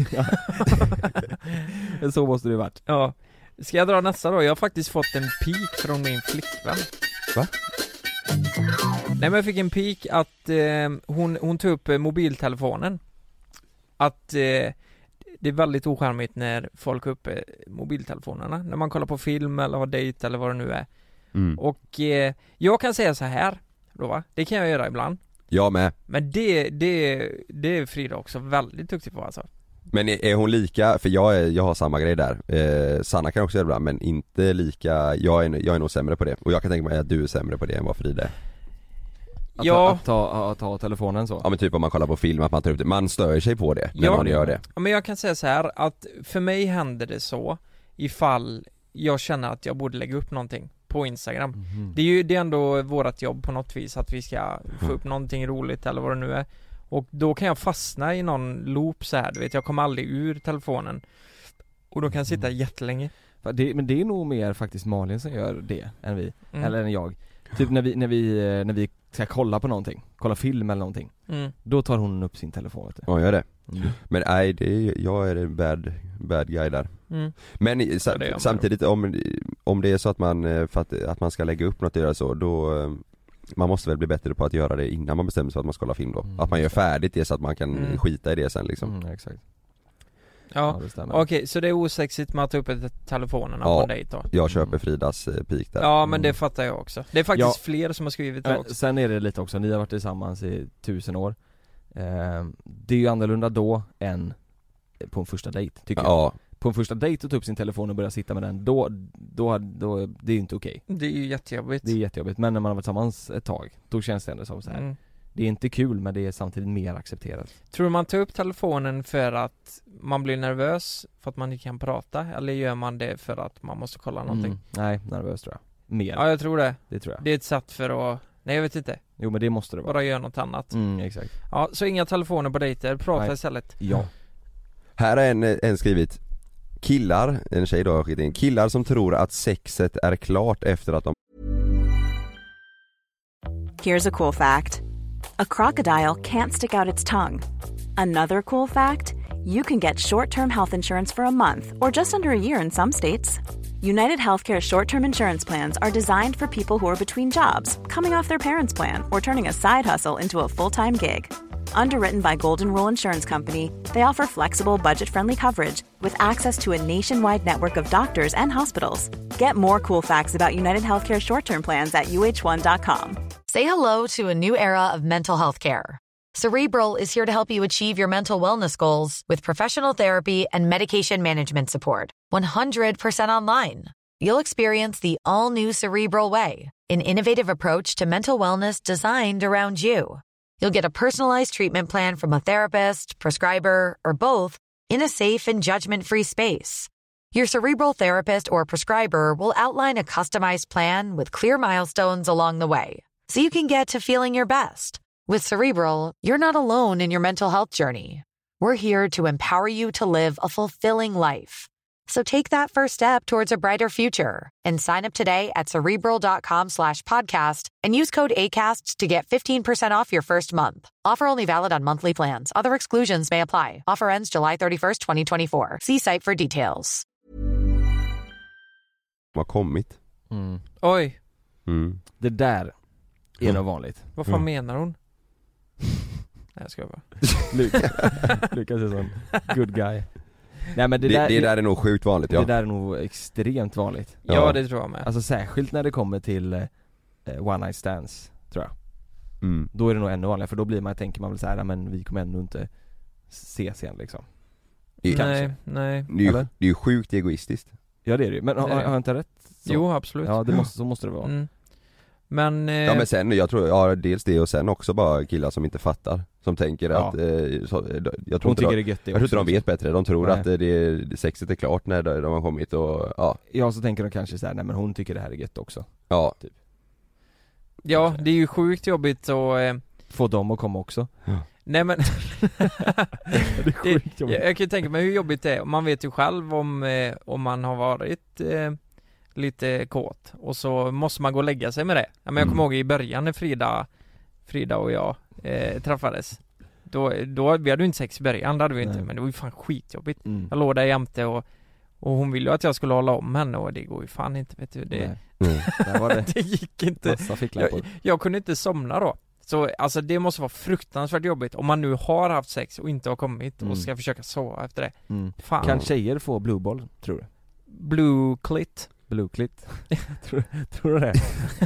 [SPEAKER 1] Så måste det ju varit.
[SPEAKER 3] Ja. Ska jag dra nästa då? Jag har faktiskt fått en pik från min flickvän.
[SPEAKER 2] Va?
[SPEAKER 3] Nej, men jag fick en pik att hon tog upp mobiltelefonen. Att det är väldigt ocharmigt när folk har uppe mobiltelefonerna. När man kollar på film eller har dejt eller vad det nu är. Och jag kan säga så här då, va? Det kan jag göra ibland.
[SPEAKER 2] Jag med.
[SPEAKER 3] Men det är Frida också väldigt duktig på alltså.
[SPEAKER 2] Men är hon lika, för jag har samma grej där. Sanna kan också göra det ibland, men inte lika. Jag är nog sämre på det. Och jag kan tänka mig att du är sämre på det än vad Frida är.
[SPEAKER 1] Att ta telefonen så.
[SPEAKER 2] Ja, men typ om man kollar på film, att man tar upp det. Man stör sig på det när man gör det.
[SPEAKER 3] Ja, men jag kan säga så här att för mig händer det så ifall jag känner att jag borde lägga upp någonting på Instagram. Det är ändå vårat jobb på något vis att vi ska få upp någonting roligt eller vad det nu är. Och då kan jag fastna i någon loop så här, du vet, jag kommer aldrig ur telefonen. Och då kan jag sitta jättelänge.
[SPEAKER 1] Men det är nog mer faktiskt Malin som gör det än vi, eller än jag. Typ när vi ska kolla på någonting, kolla film eller någonting. Då tar hon upp sin telefon, vet du.
[SPEAKER 2] Ja, gör det. Men nej, jag är en bad guy där. Men samtidigt om det är så att man för att man ska lägga upp något och göra så, då man måste väl bli bättre på att göra det innan man bestämmer sig för att man ska kolla film då. Att man gör färdigt det så att man kan skita i det sen liksom.
[SPEAKER 1] Exakt.
[SPEAKER 3] Ja, okej, så det är osexigt med att ta upp telefonerna på en dejt då?
[SPEAKER 2] Jag köper Fridas pik där.
[SPEAKER 3] Ja, men det fattar jag också. Det är faktiskt fler som har skrivit det också.
[SPEAKER 1] Sen är det lite också, ni har varit tillsammans i 1000 år. Det är ju annorlunda då än på en första dejt, tycker jag. på en första dejt och ta upp sin telefon och börja sitta med den, då det är ju inte okej.
[SPEAKER 3] Det är ju jättejobbigt.
[SPEAKER 1] Det är jättejobbigt, men när man har varit tillsammans ett tag, då känns det ändå som så här. Det är inte kul, men det är samtidigt mer accepterat.
[SPEAKER 3] Tror du man tar upp telefonen för att man blir nervös för att man inte kan prata, eller gör man det för att man måste kolla någonting?
[SPEAKER 1] Nej, nervös tror jag. Mer.
[SPEAKER 3] Ja, jag tror det.
[SPEAKER 1] Det tror jag.
[SPEAKER 3] Det är ett sätt för att... Nej, jag vet inte.
[SPEAKER 1] Jo, men det måste det vara.
[SPEAKER 3] Bara göra något annat.
[SPEAKER 1] Exakt.
[SPEAKER 3] Ja, så inga telefoner på dejter. Prata istället.
[SPEAKER 1] Ja.
[SPEAKER 2] Här är en skrivit. Killar, en tjej då har skickat in. Killar som tror att sexet är klart efter att de...
[SPEAKER 7] Here's a cool fact. A crocodile can't stick out its tongue. Another cool fact, you can get short-term health insurance for a month or just under a year in some states. United Healthcare short-term insurance plans are designed for people who are between jobs, coming off their parents' plan, or turning a side hustle into a full-time gig. Underwritten by Golden Rule Insurance Company, they offer flexible, budget-friendly coverage with access to a nationwide network of doctors and hospitals. Get more cool facts about United Healthcare short-term plans at uh1.com.
[SPEAKER 8] Say hello to a new era of mental health care. Cerebral is here to help you achieve your mental wellness goals with professional therapy and medication management support. 100% online. You'll experience the all-new Cerebral Way, an innovative approach to mental wellness designed around you. You'll get a personalized treatment plan from a therapist, prescriber, or both in a safe and judgment-free space. Your Cerebral therapist or prescriber will outline a customized plan with clear milestones along the way, so you can get to feeling your best. With Cerebral, you're not alone in your mental health journey. We're here to empower you to live a fulfilling life. So take that first step towards a brighter future and sign up today at Cerebral.com/podcast and use code ACAST to get 15% off your first month. Offer only valid on monthly plans. Other exclusions may apply. Offer ends July 31st, 2024. See site for details.
[SPEAKER 2] Har kommit.
[SPEAKER 3] Oj.
[SPEAKER 1] Det där är nog vanligt.
[SPEAKER 3] Vad fan menar hon? Nej, jag ska bara.
[SPEAKER 1] Lukas är sån good guy. Nej, men
[SPEAKER 2] det där är nog sjukt vanligt, ja.
[SPEAKER 1] Det där är nog extremt vanligt.
[SPEAKER 3] Ja, det tror jag med.
[SPEAKER 1] Alltså särskilt när det kommer till one night stands, tror jag. Då är det nog ännu vanligare, för då blir man, tänker man väl så här, men vi kommer ändå inte ses igen liksom.
[SPEAKER 3] Nej.
[SPEAKER 2] Det är ju sjukt egoistiskt.
[SPEAKER 1] Ja, det är det ju. Men har jag inte rätt? Så?
[SPEAKER 3] Jo, absolut.
[SPEAKER 1] Ja, så måste det vara.
[SPEAKER 3] Men
[SPEAKER 2] ja, men sen, jag tror, dels det, och sen också bara killar som inte fattar, som tänker att jag tror inte de vet bättre. De tror att sexet är klart när de har kommit och
[SPEAKER 1] ja, så tänker de kanske så här, nej men hon tycker det här är gött också.
[SPEAKER 2] Ja.
[SPEAKER 1] Typ.
[SPEAKER 3] Ja, det är ju sjukt jobbigt att
[SPEAKER 1] få dem att komma också.
[SPEAKER 2] Ja.
[SPEAKER 3] Nej, men det är sjukt jobbigt. Jag kan ju tänka mig hur jobbigt det är. Man vet ju själv om man har varit lite kåt och så måste man gå och lägga sig med det. Men jag kommer ihåg i början när Frida och jag träffades. Då vi hade ju inte sex i början, det hade vi inte, men det var ju fan skitjobbigt. Jag låg där jämte och hon ville ju att jag skulle hålla om henne, och det går ju fan inte, vet du. Det
[SPEAKER 1] var det.
[SPEAKER 3] Det gick inte. Jag kunde inte somna då. Så alltså det måste vara fruktansvärt jobbigt om man nu har haft sex och inte har kommit och ska försöka sova efter det. Fan.
[SPEAKER 1] Kan tjejer få blue ball, tror du?
[SPEAKER 3] Blue clit.
[SPEAKER 1] Tror du det?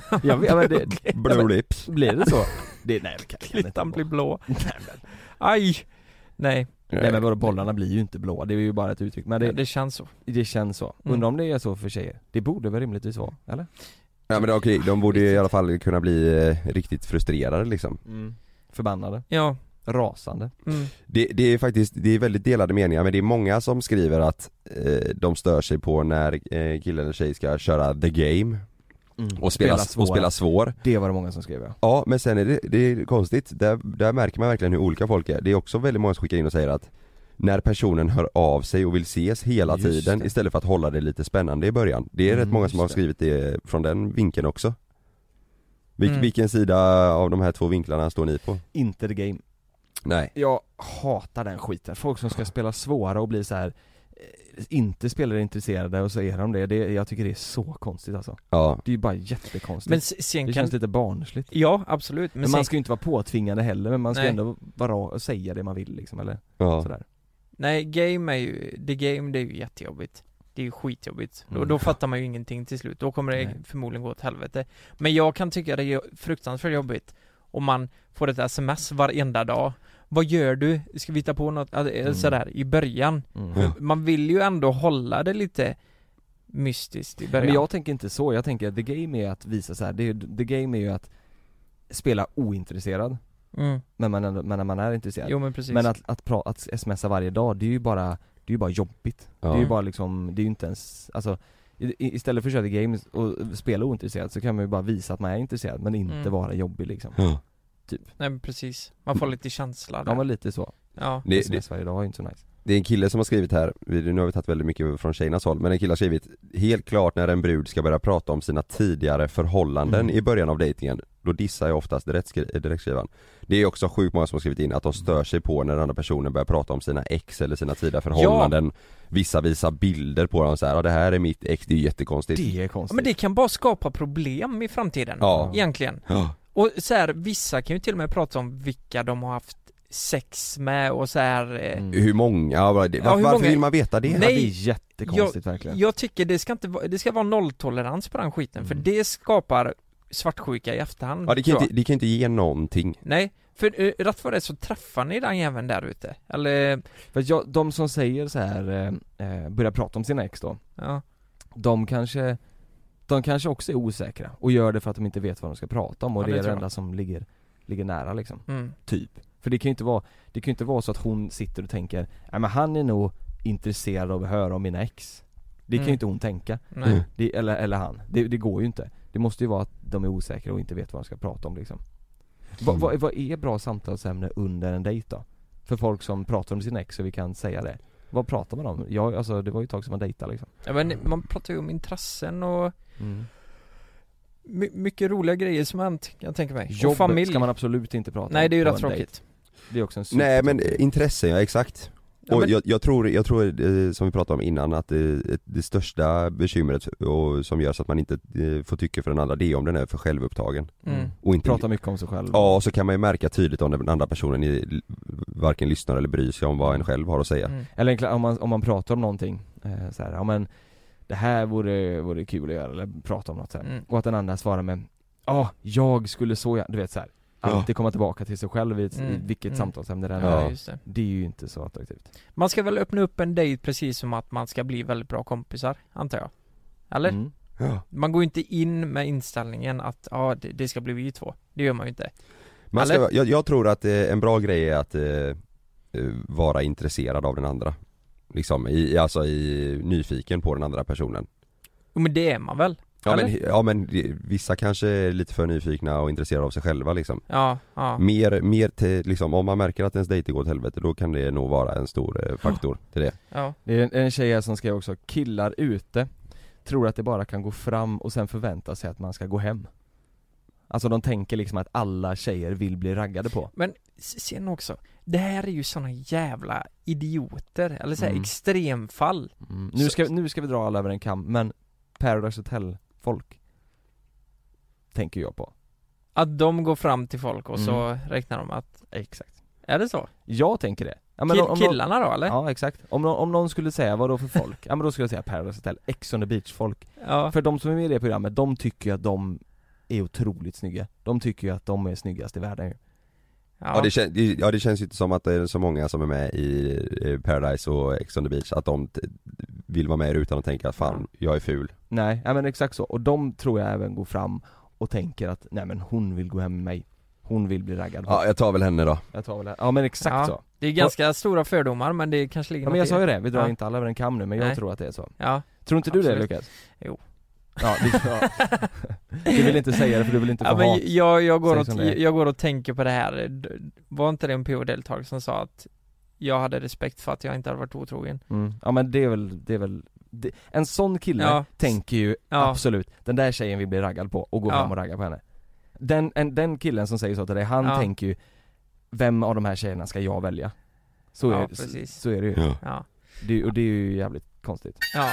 [SPEAKER 2] Blue lips.
[SPEAKER 1] Blir det så? Nej,
[SPEAKER 3] klittan blir blå. Aj. Nej,
[SPEAKER 1] men våra bollarna blir ju inte blå. Det är ju bara ett uttryck. Men
[SPEAKER 3] det känns så.
[SPEAKER 1] Det känns så. Undrar om det är så för tjejer. Det borde väl rimligtvis vara, eller?
[SPEAKER 2] Ja, men okej, de borde i alla fall kunna bli riktigt frustrerade liksom.
[SPEAKER 1] Förbannade.
[SPEAKER 3] Ja.
[SPEAKER 1] Rasande.
[SPEAKER 2] Det är faktiskt, det är väldigt delade meningar, men det är många som skriver att de stör sig på när killen eller tjej ska köra the game och spela svår.
[SPEAKER 1] Det var det många som skrev.
[SPEAKER 2] Ja, men sen är det är konstigt. Där märker man verkligen hur olika folk är. Det är också väldigt många som skickar in och säger att när personen hör av sig och vill ses hela tiden istället för att hålla det lite spännande i början. Det är rätt många som har skrivit det från den vinkeln också. Vilken sida av de här två vinklarna står ni på?
[SPEAKER 1] Inte the game.
[SPEAKER 2] Nej.
[SPEAKER 1] Jag hatar den skiten. Folk som ska spela svåra och bli så här inte spelare intresserade, och så är de det. Jag tycker det är så konstigt alltså. Ja. Det är ju bara jättekonstigt. Men
[SPEAKER 3] sen
[SPEAKER 1] det känns lite barnsligt.
[SPEAKER 3] Ja, absolut.
[SPEAKER 1] Men man ska ju inte vara påtvingande heller, men man ska ändå vara och säga det man vill liksom, eller sådär.
[SPEAKER 3] Nej, game är ju, det är ju jättejobbigt. Det är ju skitjobbigt. Då fattar man ju ingenting till slut. Då kommer det förmodligen gå åt helvete. Men jag kan tycka det är fruktansvärt jobbigt om man får ett sms varenda dag vad gör du? Ska vi ta på något sådär i början? Man vill ju ändå hålla det lite mystiskt i början.
[SPEAKER 1] Men jag tänker inte så, jag tänker att the game är att visa så här. The game är ju att spela ointresserad. Men man är intresserad.
[SPEAKER 3] Jo, men precis.
[SPEAKER 1] Men att smsa varje dag, det är ju bara jobbigt. Det är ju bara liksom, det är ju inte ens, alltså istället för att köra the game och spela ointresserad så kan man ju bara visa att man är intresserad men inte vara jobbig liksom. Typ.
[SPEAKER 3] Nej, men precis. Man får lite känsla där.
[SPEAKER 1] Ja, men lite så.
[SPEAKER 3] Ja.
[SPEAKER 1] SMS varje dag är inte så nice.
[SPEAKER 2] Det är en kille som har skrivit här, nu har vi tagit väldigt mycket från tjejernas håll, men en kille har skrivit: helt klart när en brud ska börja prata om sina tidigare förhållanden i början av dejtingen, då dissar jag oftast direktskrivaren. Det är också sjukt många som har skrivit in att de stör sig på när den andra personen börjar prata om sina ex eller sina tidigare förhållanden. Vissa visar bilder på dem så här, det här är mitt ex, det är jättekonstigt.
[SPEAKER 1] Det är konstigt.
[SPEAKER 3] Men det kan bara skapa problem i framtiden, egentligen. Och så här, vissa kan ju till och med prata om vilka de har haft sex med och så här.
[SPEAKER 2] Hur många? Varför vill man veta det?
[SPEAKER 3] Nej,
[SPEAKER 1] det är jättekonstigt verkligen.
[SPEAKER 3] Jag tycker det ska vara nolltolerans på den skiten, för det skapar svartsjuka i efterhand.
[SPEAKER 2] Ja, det kan inte ge någonting.
[SPEAKER 3] Nej, för rätt för det så träffar ni den jäveln där ute. Eller
[SPEAKER 1] för de som säger så här börjar prata om sina ex då.
[SPEAKER 3] Ja.
[SPEAKER 1] De kanske också är osäkra och gör det för att de inte vet vad de ska prata om och det är det enda som ligger nära liksom. Typ. För det kan ju inte vara så att hon sitter och tänker, nej men han är nog intresserad av att höra om mina ex. Det kan ju inte hon tänka. Eller han. Det går ju inte. Det måste ju vara att de är osäkra och inte vet vad de ska prata om liksom. Vad är bra samtalsämne under en dejt då? För folk som pratar om sin ex, så vi kan säga det. Vad pratar man om? Alltså det var ju ett tag som man dejtade liksom.
[SPEAKER 3] Ja, men man pratar ju om intressen och mycket roliga grejer som man kan tänka mig.
[SPEAKER 1] Jobb
[SPEAKER 3] och familj
[SPEAKER 1] ska man absolut inte prata om.
[SPEAKER 3] Nej, det är ju rätt tråkigt.
[SPEAKER 1] Det är också en
[SPEAKER 2] Nej, men intressen, ja exakt. Och jag tror som vi pratade om innan, att det största bekymret och som gör så att man inte får tycka för den andra, det är om den är för självupptagen.
[SPEAKER 1] Och inte prata mycket om sig själv.
[SPEAKER 2] Ja, så kan man ju märka tydligt om den andra personen varken lyssnar eller bryr sig om vad en själv har att säga.
[SPEAKER 1] Eller om man pratar om någonting så här, ja men det här vore kul att göra, eller prata om något så här. Och att den andra svarar med jag skulle så, du vet så här. Alltid komma tillbaka till sig själv i vilket samtalsämne det är.
[SPEAKER 3] Just det.
[SPEAKER 1] Det är ju inte så attraktivt.
[SPEAKER 3] Man ska väl öppna upp en dejt precis som att man ska bli väldigt bra kompisar, antar jag. Eller? Man går ju inte in med inställningen att det ska bli vi två. Det gör man ju inte.
[SPEAKER 2] Jag tror att en bra grej är att vara intresserad av den andra. Liksom nyfiken på den andra personen.
[SPEAKER 3] Men det är man väl?
[SPEAKER 2] Men vissa kanske är lite för nyfikna och intresserade av sig själva liksom.
[SPEAKER 3] Ja.
[SPEAKER 2] Mer till, liksom, om man märker att ens dejt går åt helvete, då kan det nog vara en stor faktor till det.
[SPEAKER 3] Ja.
[SPEAKER 1] Det är en tjej här som skrev också: killar ute tror att det bara kan gå fram och sen förvänta sig att man ska gå hem. Alltså de tänker liksom att alla tjejer vill bli raggade på.
[SPEAKER 3] Men sen också, det här är ju såna jävla idioter, eller så här extremfall.
[SPEAKER 1] Nu ska vi dra alla över en kam, men Paradise Hotel folk tänker jag på. Att
[SPEAKER 3] de går fram till folk och så räknar de att...
[SPEAKER 1] Exakt.
[SPEAKER 3] Är det så?
[SPEAKER 1] Jag tänker det. Ja, men
[SPEAKER 3] killarna då, eller?
[SPEAKER 1] Ja, exakt. Om någon skulle säga vad då för folk? Ja, men då skulle jag säga Paradise Hotel, Ex on the Beach folk.
[SPEAKER 3] Ja.
[SPEAKER 1] För de som är med i det programmet, de tycker att de är otroligt snygga. De tycker ju att de är snyggast i världen.
[SPEAKER 2] Ja, det känns ju inte som att det är så många som är med i Paradise och Ex on the Beach att de vill vara med utan att tänka att fan, jag är ful.
[SPEAKER 1] Nej, ja, men exakt så. Och de tror jag även går fram och tänker att nej men hon vill gå hem med mig. Hon vill bli raggad.
[SPEAKER 2] Ja, jag tar väl henne då.
[SPEAKER 1] Ja, men exakt så.
[SPEAKER 3] Det är ganska stora fördomar, men det kanske ligger
[SPEAKER 1] men jag sa ju det, vi drar inte alla över en kam nu, men jag tror att det är så.
[SPEAKER 3] Ja.
[SPEAKER 1] Tror inte
[SPEAKER 3] absolut.
[SPEAKER 1] Du det, Lukas?
[SPEAKER 3] Jo.
[SPEAKER 1] Ja, du vill inte säga det för du vill inte få
[SPEAKER 3] men
[SPEAKER 1] hat.
[SPEAKER 3] Jag går och tänker på det här. Var inte det en PO-deltagare som sa att jag hade respekt för att jag inte hade varit otrogen?
[SPEAKER 1] Ja, men det är väl en sån kille tänker ju absolut, den där tjejen vill bli raggad på och gå fram och ragga på henne. Den killen som säger så till dig, han tänker ju, vem av de här tjejerna ska jag välja? Så är det ju.
[SPEAKER 3] Ja.
[SPEAKER 1] Och det är ju jävligt konstigt.
[SPEAKER 3] Ja.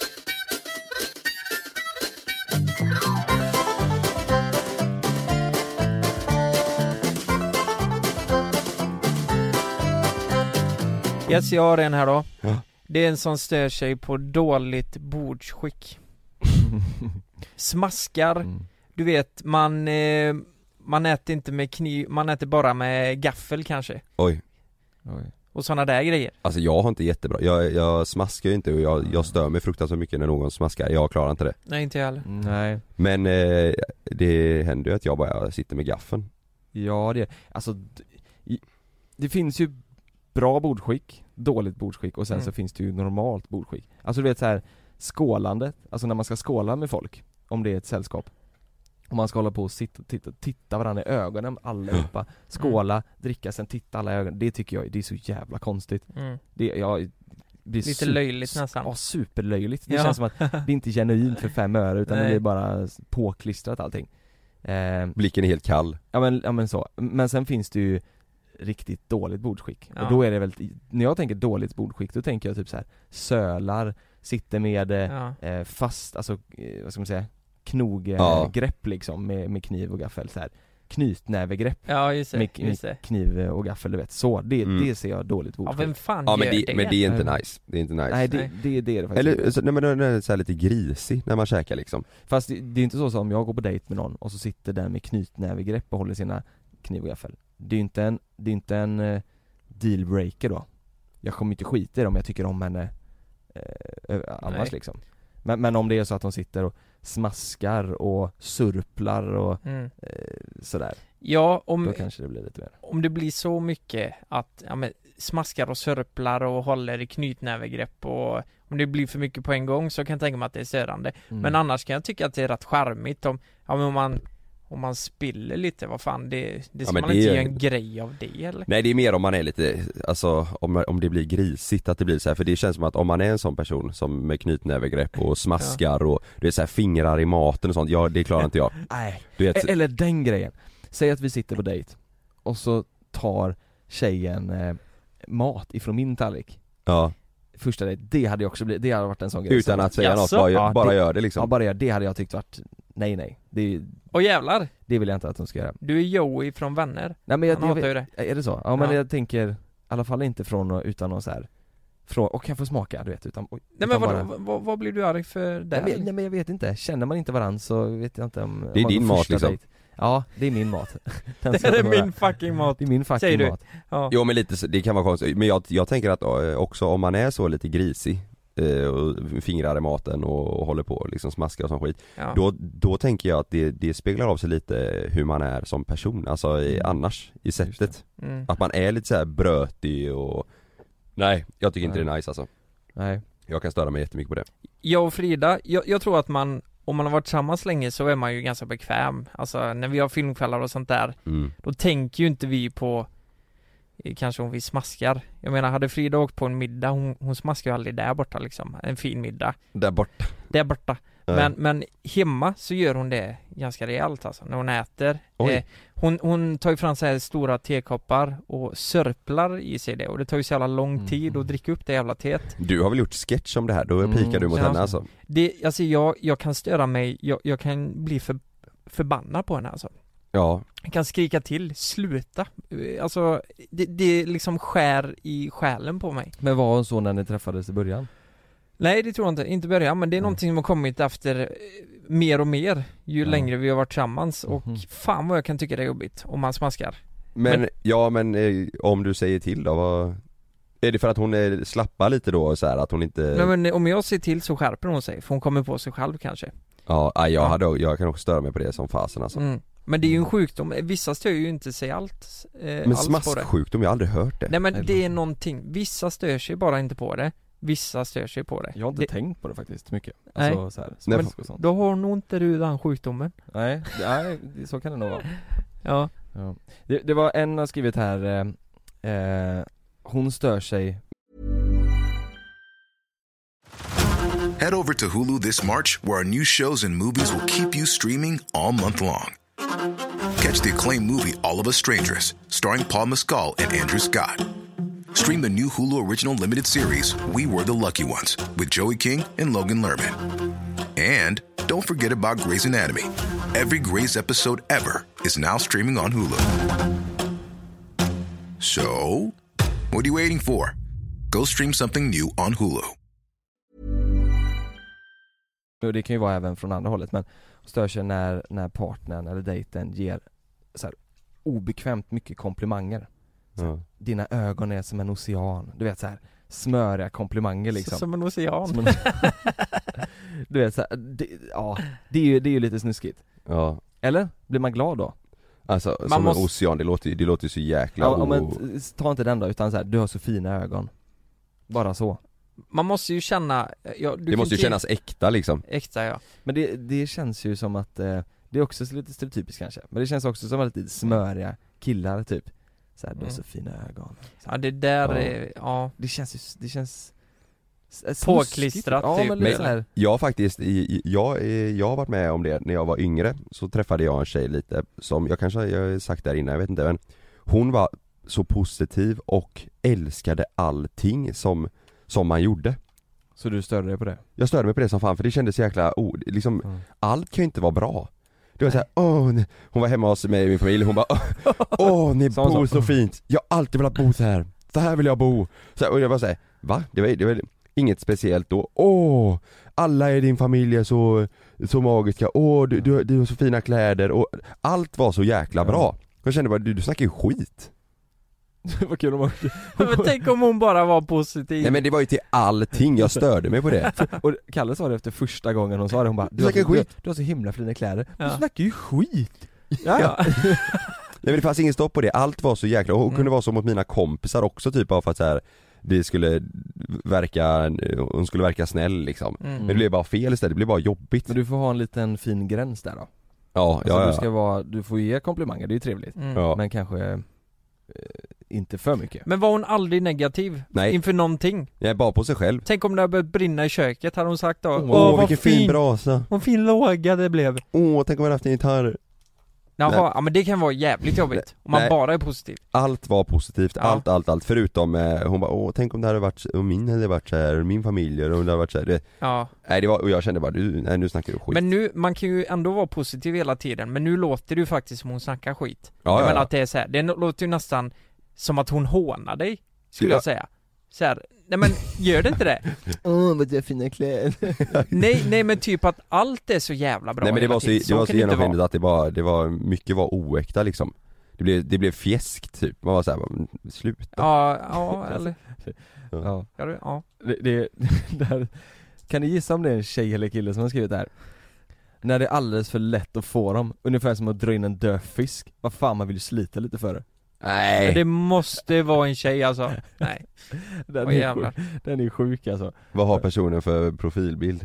[SPEAKER 3] Yes, jag har en här då.
[SPEAKER 2] Ja.
[SPEAKER 3] Det är en som stör sig på dåligt bordsskick. Smaskar. Du vet, man äter inte med kniv, man äter bara med gaffel kanske.
[SPEAKER 2] Oj.
[SPEAKER 3] Och sådana där grejer.
[SPEAKER 2] Alltså jag har inte jättebra, jag smaskar ju inte och jag stör mig fruktansvärt mycket när någon smaskar, jag klarar inte det.
[SPEAKER 3] Nej, inte jag heller.
[SPEAKER 1] Nej.
[SPEAKER 2] Men det händer ju att jag bara sitter med gaffeln.
[SPEAKER 1] Ja, alltså det finns ju bra bordskick, dåligt bordskick och sen så finns det ju normalt bordskick. Alltså du vet så här skålandet, alltså när man ska skåla med folk, om det är ett sällskap. Om man ska hålla på och titta varandra i ögonen allihopa, skåla, dricka, sen titta alla i ögonen. Det tycker jag, det är så jävla konstigt. Blir
[SPEAKER 3] lite löjligt nästan.
[SPEAKER 1] Ja, superlöjligt. Det känns som att det är inte genuint för 5 öre utan det blir bara påklistrat allting.
[SPEAKER 2] Blicken är helt kall.
[SPEAKER 1] Ja men så. Men sen finns det ju riktigt dåligt bordskick. Och då är det väl, när jag tänker dåligt bordskick, då tänker jag typ så här: sölar, sitter med fast, alltså vad ska man säga, knoggrepp liksom med kniv och gaffel så här. Knytnävegrepp.
[SPEAKER 3] Ja, just det.
[SPEAKER 1] Med kniv och gaffel, du vet. Så det ser jag dåligt bordskick.
[SPEAKER 3] Ja, vem fan
[SPEAKER 2] ja,
[SPEAKER 3] gör det?
[SPEAKER 2] Men det är inte nice. Det är inte nice.
[SPEAKER 1] Nej, det är det faktiskt.
[SPEAKER 2] Eller nej, men den är så här lite grisig när man käkar liksom.
[SPEAKER 1] Fast det är inte så som om jag går på dejt med någon och så sitter den med knytnävegrepp och håller sina kniv och gaffel. Det är inte en dealbreaker då. Jag kommer inte skita i det om jag tycker om henne annars liksom. Men om det är så att de sitter och smaskar och surplar och sådär.
[SPEAKER 3] Ja,
[SPEAKER 1] då kanske det blir lite mer.
[SPEAKER 3] Om det blir så mycket att smaskar och surplar och håller i knytnävegrepp, och om det blir för mycket på en gång så kan jag tänka mig att det är störande. Men annars kan jag tycka att det är rätt charmigt om man spiller lite, vad fan, det ska man inte göra en grej av det eller?
[SPEAKER 2] Nej, det är mer om man är lite, alltså om det blir grisigt, att det blir så här, för det känns som att om man är en sån person som med knytnävegrepp och smaskar och det är så här fingrar i maten och sånt, det klarar inte jag.
[SPEAKER 1] Nej,
[SPEAKER 2] du vet,
[SPEAKER 1] eller den grejen. Säg att vi sitter på dejt och så tar tjejen mat ifrån min tallrik.
[SPEAKER 2] Ja.
[SPEAKER 1] Första dejt, det hade också blivit, det hade varit en sån grej.
[SPEAKER 2] Utan att säga något, bara gör det liksom.
[SPEAKER 1] Ja, bara gör det hade jag tyckt varit, nej.
[SPEAKER 3] Och jävlar.
[SPEAKER 1] Det vill jag inte att de ska göra.
[SPEAKER 3] Du är Joey från Vänner.
[SPEAKER 1] Nej, men jag
[SPEAKER 3] hatar ju det.
[SPEAKER 1] Är det så? Ja, men jag tänker i alla fall inte utan någon så här och kan få smaka, du vet, utan
[SPEAKER 3] nej, men vad blir du arg för där?
[SPEAKER 1] Nej, men jag vet inte. Känner man inte varann så vet jag inte om
[SPEAKER 2] det är din mat liksom.
[SPEAKER 1] Dejt. Ja, det är min mat.
[SPEAKER 3] Det är min fucking mat.
[SPEAKER 1] Det är min fucking mat.
[SPEAKER 3] Ja.
[SPEAKER 2] Jo, men lite, det kan vara konstigt. Men jag tänker att också om man är så lite grisig och fingrar i maten och håller på liksom smaskar och sån skit, då tänker jag att det speglar av sig lite hur man är som person, alltså annars i sättet. Att man är lite så här brötig och nej, jag tycker inte det är nice alltså.
[SPEAKER 1] Nej.
[SPEAKER 2] Jag kan störa mig jättemycket på det.
[SPEAKER 3] Jag och Frida, jag tror att om man har varit tillsammans länge så är man ju ganska bekväm. Alltså när vi har filmkvällar och sånt där, då tänker ju inte vi på kanske om vi smaskar. Jag menar, hade Frida åkt på en middag, hon smaskar ju aldrig där borta liksom. En fin middag.
[SPEAKER 2] Där borta.
[SPEAKER 3] Men hemma så gör hon det ganska rejält alltså, när hon äter. Hon tar ju fram så här stora tekoppar och sörplar i sig det, och det tar ju så jävla lång tid att dricka upp det jävla teet.
[SPEAKER 2] Du har väl gjort sketch om det här, då pikar du mot henne alltså.
[SPEAKER 3] Alltså jag kan störa mig, jag kan bli förbannad på henne alltså.
[SPEAKER 2] Ja.
[SPEAKER 3] Jag kan skrika till, sluta. Alltså det liksom skär i själen på mig.
[SPEAKER 1] Men var hon så när ni träffades i början?
[SPEAKER 3] Nej, det tror jag inte i början, men det är någonting som har kommit efter mer och mer ju längre vi har varit tillsammans, och fan vad jag kan tycka det är jobbigt om man smaskar.
[SPEAKER 2] Men om du säger till då, vad är det för att hon slappar lite då så här, att hon inte...
[SPEAKER 3] Nej, men om jag ser till så skärper hon sig, för hon kommer på sig själv kanske.
[SPEAKER 2] Ja, jag kan också störa mig på det som fasen alltså.
[SPEAKER 3] Men det är ju en sjukdom, vissa stör ju inte sig allt
[SPEAKER 2] men smasksjukdom, jag har aldrig hört det.
[SPEAKER 3] Nej, men det är någonting, vissa stör sig bara inte på det, vissa stör sig på det.
[SPEAKER 1] Jag har inte tänkt på det faktiskt mycket. Alltså,
[SPEAKER 3] nej.
[SPEAKER 1] Så här,
[SPEAKER 3] men och sånt. Då har nog inte du den sjukdomen.
[SPEAKER 1] Nej, så kan det nog vara.
[SPEAKER 3] Ja.
[SPEAKER 1] Det var en har skrivit här, hon stör sig.
[SPEAKER 4] Head over to Hulu this March, where our new shows and movies will keep you streaming all month long. Catch the acclaimed movie All of Us Strangers, starring Paul Mescal and Andrew Scott. Stream the new Hulu original limited series We Were the Lucky Ones with Joey King and Logan Lerman. And don't forget about Grey's Anatomy. Every Grey's episode ever is now streaming on Hulu. So, what are you waiting for? Go stream something new on Hulu.
[SPEAKER 1] Det kan ju vara även från andra hållet, men stör sig när partnern eller dejten ger så här, obekvämt mycket komplimanger.
[SPEAKER 2] Ja.
[SPEAKER 1] Dina ögon är som en ocean. Du vet så här smöriga komplimanger liksom.
[SPEAKER 3] Som en ocean.
[SPEAKER 1] Du vet så här, det är ju lite snuskigt.
[SPEAKER 2] Ja.
[SPEAKER 1] Eller? Blir man glad då?
[SPEAKER 2] Alltså
[SPEAKER 3] Man
[SPEAKER 2] som
[SPEAKER 3] måste-
[SPEAKER 2] en ocean, det låter ju så jäkla
[SPEAKER 1] Ja, men ta inte den då, utan så här, du har så fina ögon. Bara så.
[SPEAKER 3] Man måste ju känna...
[SPEAKER 2] det måste ju kännas äkta liksom.
[SPEAKER 3] Äkta, ja.
[SPEAKER 1] Men det känns ju som att det är också lite stereotypiskt kanske. Men det känns också som att lite smöriga killar typ. Så här, du har så fina ögon.
[SPEAKER 3] Ja, det där
[SPEAKER 2] Ja.
[SPEAKER 3] är... Ja.
[SPEAKER 1] Det känns
[SPEAKER 3] Påklistrat
[SPEAKER 1] ja,
[SPEAKER 3] typ.
[SPEAKER 1] men lite så här.
[SPEAKER 2] Jag faktiskt, jag har varit med om det när jag var yngre. Så träffade jag en tjej lite som, jag har sagt där innan, jag vet inte, men hon var så positiv och älskade allting som man gjorde.
[SPEAKER 1] Så du störde dig på det?
[SPEAKER 2] Jag störde mig på det som fan, för det kändes jäkla, liksom, allt kan ju inte vara bra. Det var såhär, hon var hemma hos mig och min familj, hon bara, ni bor så fint, jag har alltid velat bo så här vill jag bo. Så, och jag var såhär, va? Det var inget speciellt då. Alla i din familj är så magiska, du har så fina kläder, och allt var så jäkla bra. Jag kände bara, du snackar ju skit.
[SPEAKER 1] Vad kul om
[SPEAKER 3] Men tänk om hon bara var positiv.
[SPEAKER 2] Nej men det var ju till allting, jag störde mig på det.
[SPEAKER 1] Och Kalle sa det efter första gången hon sa det, hon bara,
[SPEAKER 2] Du snackar skit.
[SPEAKER 1] Du har så himla fina kläder.
[SPEAKER 3] Ja.
[SPEAKER 1] Du snackar ju skit.
[SPEAKER 3] Ja.
[SPEAKER 2] Nej men det fanns ingen stopp på det, allt var så jäkla, och hon kunde vara så mot mina kompisar också typ, av för att så här, hon skulle verka snäll liksom. Men det blev bara fel istället, det blev bara jobbigt.
[SPEAKER 1] Men du får ha en liten fin gräns där då.
[SPEAKER 2] Ja,
[SPEAKER 1] Alltså, du får ge komplimanger, det är ju trevligt.
[SPEAKER 2] Ja.
[SPEAKER 1] Men kanske inte för mycket.
[SPEAKER 3] Men var hon aldrig negativ?
[SPEAKER 2] Nej.
[SPEAKER 3] Inför någonting?
[SPEAKER 2] Jag är bara på sig själv.
[SPEAKER 3] Tänk om det hade börjat brinna i köket, hade hon sagt då.
[SPEAKER 2] Åh vilken fin brasa.
[SPEAKER 3] Vad fin låga det blev.
[SPEAKER 2] Tänk om jag haft en gitarr.
[SPEAKER 3] Jaha, ja men det kan vara jävligt jobbigt. Om man
[SPEAKER 2] Nej.
[SPEAKER 3] bara är positiv.
[SPEAKER 2] Allt var positivt,
[SPEAKER 3] Ja.
[SPEAKER 2] allt förutom hon bara, tänk om det hade varit, och min hade varit så här, och min familj, och det hade varit så här.
[SPEAKER 3] Ja.
[SPEAKER 2] Nej det var, och jag kände bara, nu snackar du skit.
[SPEAKER 3] Men nu, man kan ju ändå vara positiv hela tiden. Men nu låter det ju faktiskt som hon snackar skit.
[SPEAKER 2] Ja,
[SPEAKER 3] Jag
[SPEAKER 2] ja,
[SPEAKER 3] menar
[SPEAKER 2] ja.
[SPEAKER 3] att det är så här, det låter ju nästan som att hon hånar dig, skulle
[SPEAKER 2] Ja.
[SPEAKER 3] jag säga. Så här, nej men gör det inte det?
[SPEAKER 1] Vad det är fina kläder.
[SPEAKER 3] nej men typ att allt är så jävla bra.
[SPEAKER 2] Nej men det
[SPEAKER 3] hela
[SPEAKER 2] var så,
[SPEAKER 3] tiden.
[SPEAKER 2] det var så
[SPEAKER 3] kan det inte
[SPEAKER 2] genomskinligt
[SPEAKER 3] vara.
[SPEAKER 2] att det var mycket var oäkta liksom. Det blev fjäskt typ, man var såhär, sluta.
[SPEAKER 3] Ja, eller?
[SPEAKER 1] Ja.
[SPEAKER 3] Ja.
[SPEAKER 1] Det där. Kan ni gissa om det är en tjej eller kille som har skrivit det här? När det är alldeles för lätt att få dem, ungefär som att dra in en död fisk. Vad fan, man vill ju slita lite för det.
[SPEAKER 2] Nej.
[SPEAKER 3] Det måste vara en tjej alltså. Nej.
[SPEAKER 1] Den
[SPEAKER 3] Åh,
[SPEAKER 1] är
[SPEAKER 3] jävlar.
[SPEAKER 1] sjuk. Den är sjuk alltså.
[SPEAKER 2] Vad har personen för profilbild?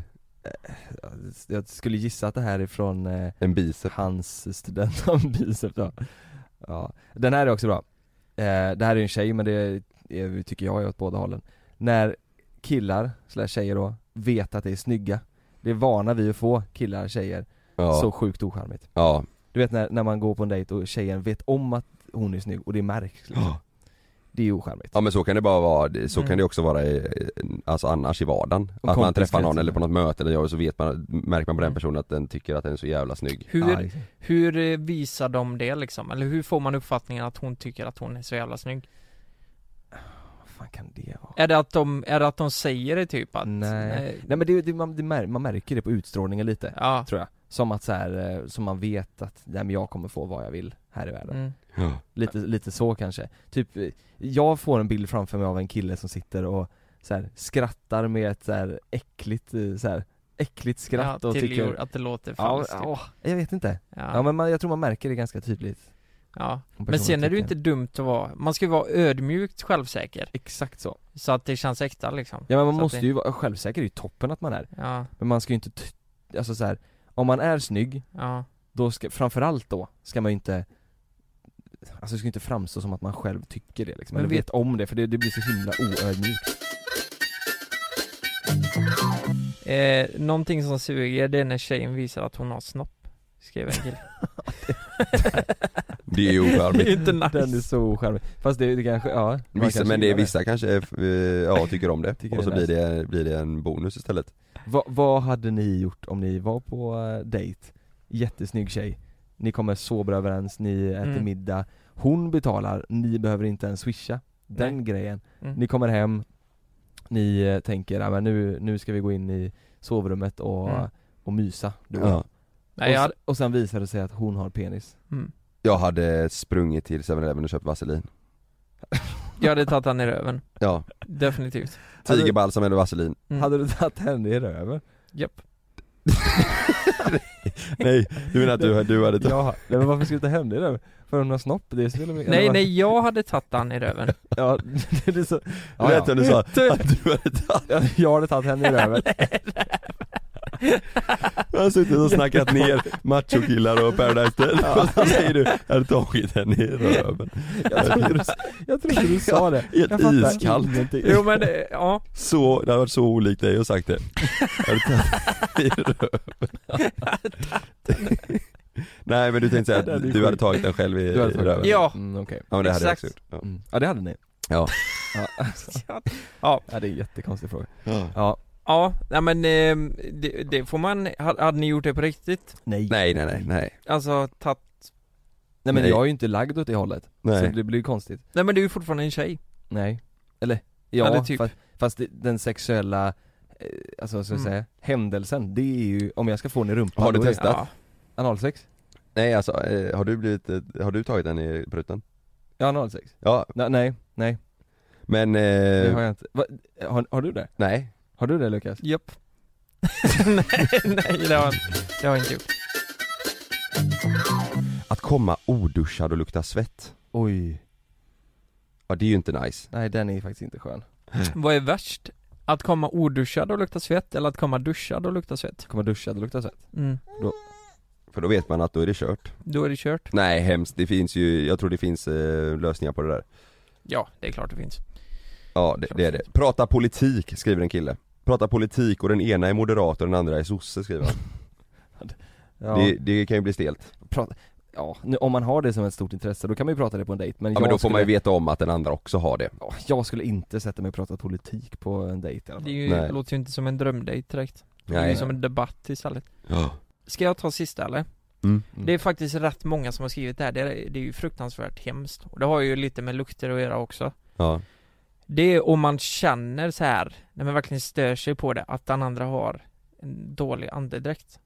[SPEAKER 1] Jag skulle gissa att det här är från
[SPEAKER 2] En bicep.
[SPEAKER 1] hans student om bicep då. Ja. Den här är också bra. Det här är en tjej, men det tycker jag är åt båda hållen. När killar /tjejer då vet att det är snygga. Det är vana vi att få killar, tjejer.
[SPEAKER 2] Ja.
[SPEAKER 1] Så sjukt ocharmigt.
[SPEAKER 2] Ja.
[SPEAKER 1] Du vet när man går på en dejt och tjejen vet om att hon är snygg och det märks liksom. Det är ju ocharmigt.
[SPEAKER 2] Ja men så kan det bara vara, så kan det också vara alltså annars i vardagen. Att man träffar någon eller på något möte eller så märker man på den personen att den tycker att den är så jävla snygg.
[SPEAKER 3] Hur visar de det liksom? Eller hur får man uppfattningen att hon tycker att hon är så jävla snygg?
[SPEAKER 1] Vad fan kan det vara?
[SPEAKER 3] Är det att de säger det typ att...
[SPEAKER 1] Nej men man märker det på utstrålningen lite, tror jag. Som att så här, som man vet att men jag kommer få vad jag vill här i världen.
[SPEAKER 2] Ja.
[SPEAKER 1] Lite så kanske. Typ, jag får en bild framför mig av en kille som sitter och så här, skrattar med ett så här äckligt skratt och tycker
[SPEAKER 3] att det låter falskt.
[SPEAKER 1] Jag vet inte.
[SPEAKER 3] Ja.
[SPEAKER 1] Men jag tror man märker det ganska tydligt.
[SPEAKER 3] Ja. Men sen är det ju inte dumt att vara, man ska ju vara ödmjukt självsäker.
[SPEAKER 1] Exakt så.
[SPEAKER 3] Så att det känns äkta liksom.
[SPEAKER 1] Ja men man
[SPEAKER 3] så
[SPEAKER 1] måste ju vara självsäker, det är ju toppen att man är.
[SPEAKER 3] Ja.
[SPEAKER 1] Men man ska ju inte alltså så här, om man är snygg, då ska, framförallt då ska man ju inte, alltså det ska inte framstå som att man själv tycker det liksom, eller vet om det, för det blir så himla oödmjukt.
[SPEAKER 3] Någonting som suger, det är när tjejen visar att hon har snopp, skrev en kille.
[SPEAKER 2] Det är ju ocharmigt.
[SPEAKER 3] Det är inte nice.
[SPEAKER 1] Den är så ocharmig. Fast det kanske,
[SPEAKER 2] vissa kanske tycker om det.
[SPEAKER 1] Tycker
[SPEAKER 2] och så
[SPEAKER 1] det är
[SPEAKER 2] blir det en bonus istället.
[SPEAKER 1] Vad hade ni gjort om ni var på dejt? Jättesnygg tjej, ni kommer så bra överens, ni äter middag, hon betalar, ni behöver inte ens swisha. Den grejen. Ni kommer hem, ni tänker, men nu ska vi gå in i sovrummet och mysa.
[SPEAKER 3] Nej,
[SPEAKER 1] och sen visar det sig att hon har penis.
[SPEAKER 2] Jag hade sprungit till 7-Eleven och köpt vaselin.
[SPEAKER 3] Jag hade tagit han i röven.
[SPEAKER 2] Ja.
[SPEAKER 3] Definitivt.
[SPEAKER 2] Tigerbalsam eller vaselin.
[SPEAKER 1] Hade du tagit henne i röven?
[SPEAKER 3] Japp.
[SPEAKER 2] Nej, du menar att du hade tagit...
[SPEAKER 1] Ja, men varför skulle du ta henne i röven? För hon har snopp, det är så
[SPEAKER 3] Nej, jag hade tagit han i röven.
[SPEAKER 1] Ja, det är så...
[SPEAKER 2] Jag vet att du sa att du hade tagit...
[SPEAKER 1] Jag hade tagit henne i röven.
[SPEAKER 2] Jag har suttit och snackat ner machokillar och Paradise Hotel. Och så säger du, jag hade tagit henne i röven.
[SPEAKER 1] Jag trodde du sa det.
[SPEAKER 2] Helt iskallt.
[SPEAKER 3] Jo men ja.
[SPEAKER 2] Så, det har varit så olikt dig och sagt det. Jag hade tagit i röven. Nej men du tänkte säga att du hade tagit den själv i röven.
[SPEAKER 3] Ja,
[SPEAKER 1] okay.
[SPEAKER 2] Ja men det hade jag
[SPEAKER 3] exakt.
[SPEAKER 2] också gjort.
[SPEAKER 1] Ja det hade ni.
[SPEAKER 2] Ja.
[SPEAKER 3] Ja,
[SPEAKER 1] det är en jättekonstig fråga.
[SPEAKER 2] Ja.
[SPEAKER 3] Ja, nej men det får man, hade ni gjort det på riktigt?
[SPEAKER 2] Nej.
[SPEAKER 3] Alltså tatt...
[SPEAKER 1] Nej men jag är ju inte lagd åt det hållet.
[SPEAKER 2] Nej.
[SPEAKER 1] Så det blir ju konstigt.
[SPEAKER 3] Nej men du är ju fortfarande en tjej.
[SPEAKER 1] Nej. Eller, ja,
[SPEAKER 3] eller typ.
[SPEAKER 1] fast den sexuella, alltså vad ska jag säga, händelsen, det är ju, om jag ska få den i rumpan.
[SPEAKER 2] Har du testat?
[SPEAKER 3] Ja.
[SPEAKER 1] Analsex?
[SPEAKER 2] Nej alltså, har du tagit den i pruten?
[SPEAKER 1] Ja, analsex?
[SPEAKER 2] Ja.
[SPEAKER 1] Nej.
[SPEAKER 2] Men...
[SPEAKER 1] Det har jag inte. Har du det?
[SPEAKER 2] Nej.
[SPEAKER 1] Har du det Lukas?
[SPEAKER 3] Japp. nej, det har jag inte gjort.
[SPEAKER 2] Att komma oduschad och lukta svett.
[SPEAKER 1] Oj.
[SPEAKER 2] Ja det är ju inte nice.
[SPEAKER 1] Nej den är faktiskt inte skön.
[SPEAKER 3] Vad är värst? Att komma oduschad och lukta svett eller att komma duschad och lukta svett?
[SPEAKER 1] Komma duschad och lukta svett.
[SPEAKER 2] För då vet man att då är det kört.
[SPEAKER 3] Då är det kört.
[SPEAKER 2] Nej hemskt, det finns ju, jag tror det finns lösningar på det där.
[SPEAKER 3] Ja, det är klart det finns.
[SPEAKER 2] Ja det är det. Prata politik, skriver en kille. Prata politik och den ena är moderat och den andra är sosse, skriver han.
[SPEAKER 1] Ja.
[SPEAKER 2] Det kan ju bli stelt.
[SPEAKER 1] Ja, om man har det som ett stort intresse då kan man ju prata det på en dejt.
[SPEAKER 2] Men då får man ju veta om att den andra också har det.
[SPEAKER 1] Jag skulle inte sätta mig och prata politik på en dejt i alla fall.
[SPEAKER 3] Det låter ju inte som en drömdejt direkt. Det är ju som en debatt istället.
[SPEAKER 2] Ja.
[SPEAKER 3] Ska jag ta sista eller? Det är faktiskt rätt många som har skrivit det här. Det är ju fruktansvärt hemskt. Och det har ju lite med lukter att göra också.
[SPEAKER 2] Ja.
[SPEAKER 3] Det är om man känner så här, när man verkligen stör sig på det, att den andra har en dålig andedräkt.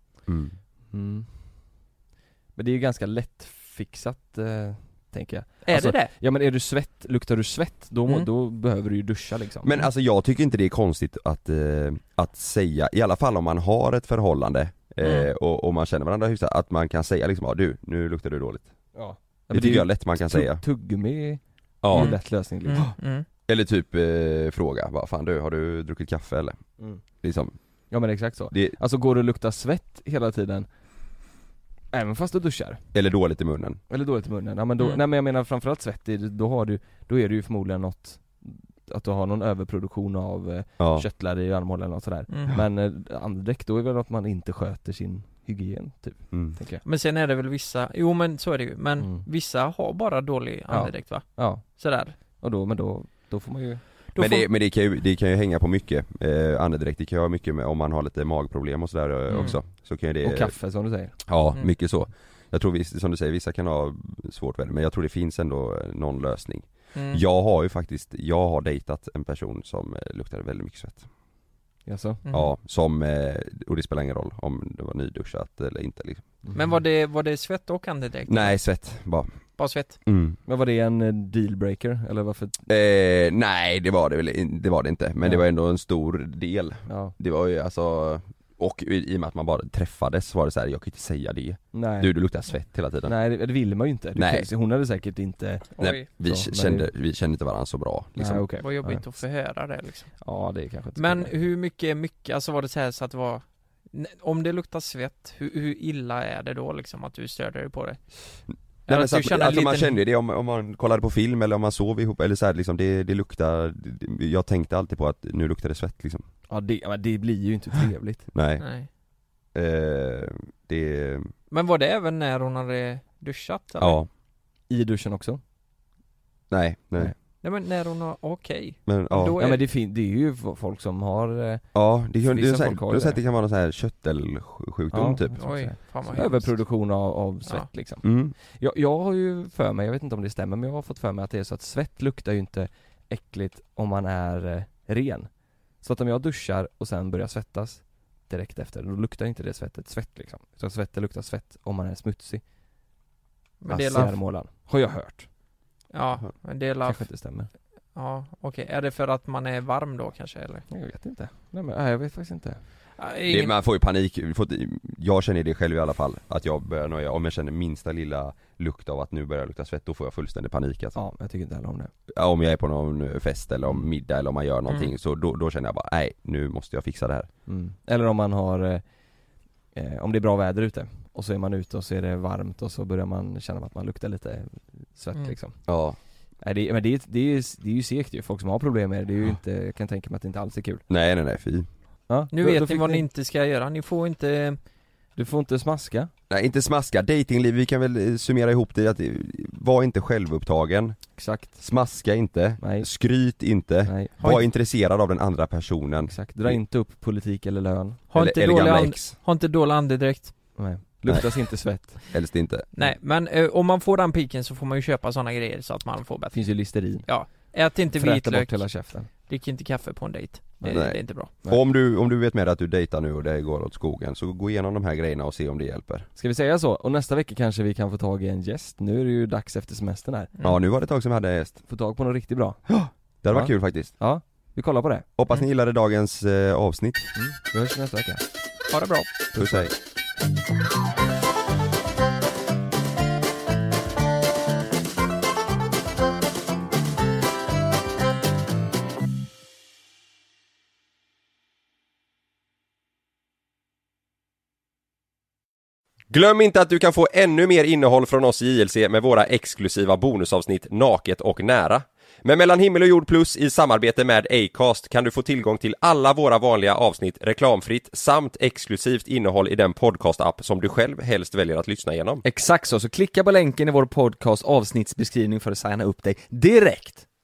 [SPEAKER 1] Men det är ju ganska lättfixat, tänker jag.
[SPEAKER 3] Är det?
[SPEAKER 1] Ja men är du luktar du svett, då behöver du ju duscha liksom.
[SPEAKER 2] Men alltså jag tycker inte det är konstigt att säga, i alla fall om man har ett förhållande och man känner varandra hyfsat, att man kan säga liksom, du, nu luktar du dåligt.
[SPEAKER 1] Ja.
[SPEAKER 2] Det tycker jag lätt man kan säga.
[SPEAKER 1] Tuggummi är en lätt lösning liksom.
[SPEAKER 2] Eller typ fråga, vad fan har du druckit kaffe eller? Liksom.
[SPEAKER 1] Ja men exakt så. Alltså går du och luktar svett hela tiden, även fast du duschar?
[SPEAKER 2] Eller dåligt i munnen.
[SPEAKER 1] Ja men då, nej men jag menar framförallt svett, då är det ju förmodligen något, att du har någon överproduktion av köttlar i armhålan eller något sådär. Men andedräkt, då är det väl att man inte sköter sin hygien typ, tänker jag.
[SPEAKER 3] Men sen är det väl vissa, jo men så är det ju, men vissa har bara dålig andedräkt va?
[SPEAKER 1] Ja.
[SPEAKER 3] Sådär.
[SPEAKER 1] Och då får man ju...
[SPEAKER 2] Men det kan ju hänga på mycket, andedräkt, det kan ju ha mycket med om man har lite magproblem och sådär också. Så kan ju det...
[SPEAKER 1] Och kaffe som du säger.
[SPEAKER 2] Ja, mycket så. Jag tror som du säger, vissa kan ha svårt med det, men jag tror det finns ändå någon lösning. Jag har dejtat en person som luktade väldigt mycket svett.
[SPEAKER 1] Jaså?
[SPEAKER 2] Ja, och det spelar ingen roll om det var nyduschat eller inte liksom.
[SPEAKER 3] Men var det svett och andedräkt?
[SPEAKER 2] Nej, svett
[SPEAKER 3] Bara svett?
[SPEAKER 1] Men var det en dealbreaker eller varför?
[SPEAKER 2] Nej, det var det inte, men det var ändå en stor del. Det var ju alltså, och i och med att man bara träffades var det så här, jag kan inte säga det.
[SPEAKER 1] Nej.
[SPEAKER 2] Du luktar svett hela tiden.
[SPEAKER 1] Nej, det vill man ju inte.
[SPEAKER 2] Nej.
[SPEAKER 1] Hon hade säkert inte...
[SPEAKER 2] Nej, vi kände inte varandra så bra liksom.
[SPEAKER 1] Nej, okay.
[SPEAKER 3] Vad jobbigt att förhöra det liksom.
[SPEAKER 1] Ja, det är kanske inte.
[SPEAKER 3] Men hur mycket, alltså var det så här så att det var, om det luktar svett, hur illa är det då liksom att du störde dig på det?
[SPEAKER 2] Nej, men så att, man kände det om man kollade på film eller om man sov ihop eller så här, liksom, det luktar, jag tänkte alltid på att nu luktar det svett liksom.
[SPEAKER 1] Ja, det blir ju inte trevligt.
[SPEAKER 2] Nej.
[SPEAKER 3] Men var det även när hon hade duschat eller?
[SPEAKER 2] Ja.
[SPEAKER 1] I duschen också?
[SPEAKER 2] Nej.
[SPEAKER 3] Nej men när hon har, okej.
[SPEAKER 2] Men
[SPEAKER 1] men det är ju folk som har...
[SPEAKER 2] Ja, det kan vara någon sån här köttelsjukdom typ.
[SPEAKER 3] Oj, fan vad
[SPEAKER 1] överproduktion av svett liksom. Jag har ju för mig, jag vet inte om det stämmer, men jag har fått för mig att det är så att svett luktar ju inte äckligt om man är ren. Så att om jag duschar och sen börjar svettas direkt efter, då luktar inte det svettet svett liksom. Så svettet luktar svett om man är smutsig.
[SPEAKER 3] Men
[SPEAKER 1] Sermolan. Har jag hört.
[SPEAKER 3] Ja, men det är
[SPEAKER 1] Kanske inte stämmer.
[SPEAKER 3] Ja, okej. Är det för att man är varm då kanske eller?
[SPEAKER 1] Jag vet inte. Nej, jag vet faktiskt inte.
[SPEAKER 2] Man får ju panik, jag känner det själv i alla fall. Att jag börjar noja, om jag känner minsta lilla lukt av att nu börjar lukta svett, då får jag fullständig panik alltså.
[SPEAKER 1] Ja, jag tycker inte heller om det.
[SPEAKER 2] Ja, om jag är på någon fest eller om middag eller om man gör någonting, så då känner jag bara, nej, nu måste jag fixa det här.
[SPEAKER 1] Eller om man har om det är bra väder ute och så är man ute och så är det varmt och så börjar man känna att man luktar lite svett liksom.
[SPEAKER 2] Ja.
[SPEAKER 1] Nej, men det är ju segt ju. Folk som har problem med det, det är ju inte, jag kan tänka mig att det inte alls är kul.
[SPEAKER 2] Nej, fy.
[SPEAKER 1] Ja,
[SPEAKER 3] nu vet ni vad ni inte ska göra. Ni får inte...
[SPEAKER 1] Du får inte smaska.
[SPEAKER 2] Nej, inte smaska. Datingliv, vi kan väl summera ihop det att var inte självupptagen.
[SPEAKER 1] Exakt.
[SPEAKER 2] Smaska inte.
[SPEAKER 1] Nej.
[SPEAKER 2] Skryt inte.
[SPEAKER 1] Nej.
[SPEAKER 2] Var intresserad av den andra personen.
[SPEAKER 1] Exakt. Dra inte upp politik eller lön.
[SPEAKER 3] Ha inte dålig andedräkt.
[SPEAKER 1] Nej. Luktas inte svett.
[SPEAKER 2] Helst inte.
[SPEAKER 3] Nej, men om man får den piken så får man ju köpa såna grejer så att man får bättre.
[SPEAKER 1] Finns ju Listerin.
[SPEAKER 3] Ja. Ät inte
[SPEAKER 1] Fräta
[SPEAKER 3] vitlök.
[SPEAKER 1] bort hela käften.
[SPEAKER 3] Drick inte kaffe på en dejt. Det är inte bra.
[SPEAKER 2] Och om du vet med att du dejtar nu och det går åt skogen, så gå igenom de här grejerna och se om det hjälper.
[SPEAKER 1] Ska vi säga så? Och nästa vecka kanske vi kan få tag i en gäst. Nu är det ju dags efter semestern här.
[SPEAKER 2] Ja, nu var det ett tag som vi hade en gäst.
[SPEAKER 1] Få tag på något riktigt bra.
[SPEAKER 2] Ja, det hade varit kul faktiskt.
[SPEAKER 1] Ja, vi kollar på det.
[SPEAKER 2] Hoppas ni gillade dagens avsnitt.
[SPEAKER 1] Vi hörs nästa vecka.
[SPEAKER 3] Ha det bra.
[SPEAKER 2] Puss, hej. Glöm inte att du kan få ännu mer innehåll från oss i JLC med våra exklusiva bonusavsnitt Naket och nära. Med Mellan himmel och jord plus i samarbete med Acast kan du få tillgång till alla våra vanliga avsnitt reklamfritt samt exklusivt innehåll i den podcast-app som du själv helst väljer att lyssna igenom.
[SPEAKER 1] Exakt så klicka på länken i vår podcast avsnittsbeskrivning för att signa upp dig direkt.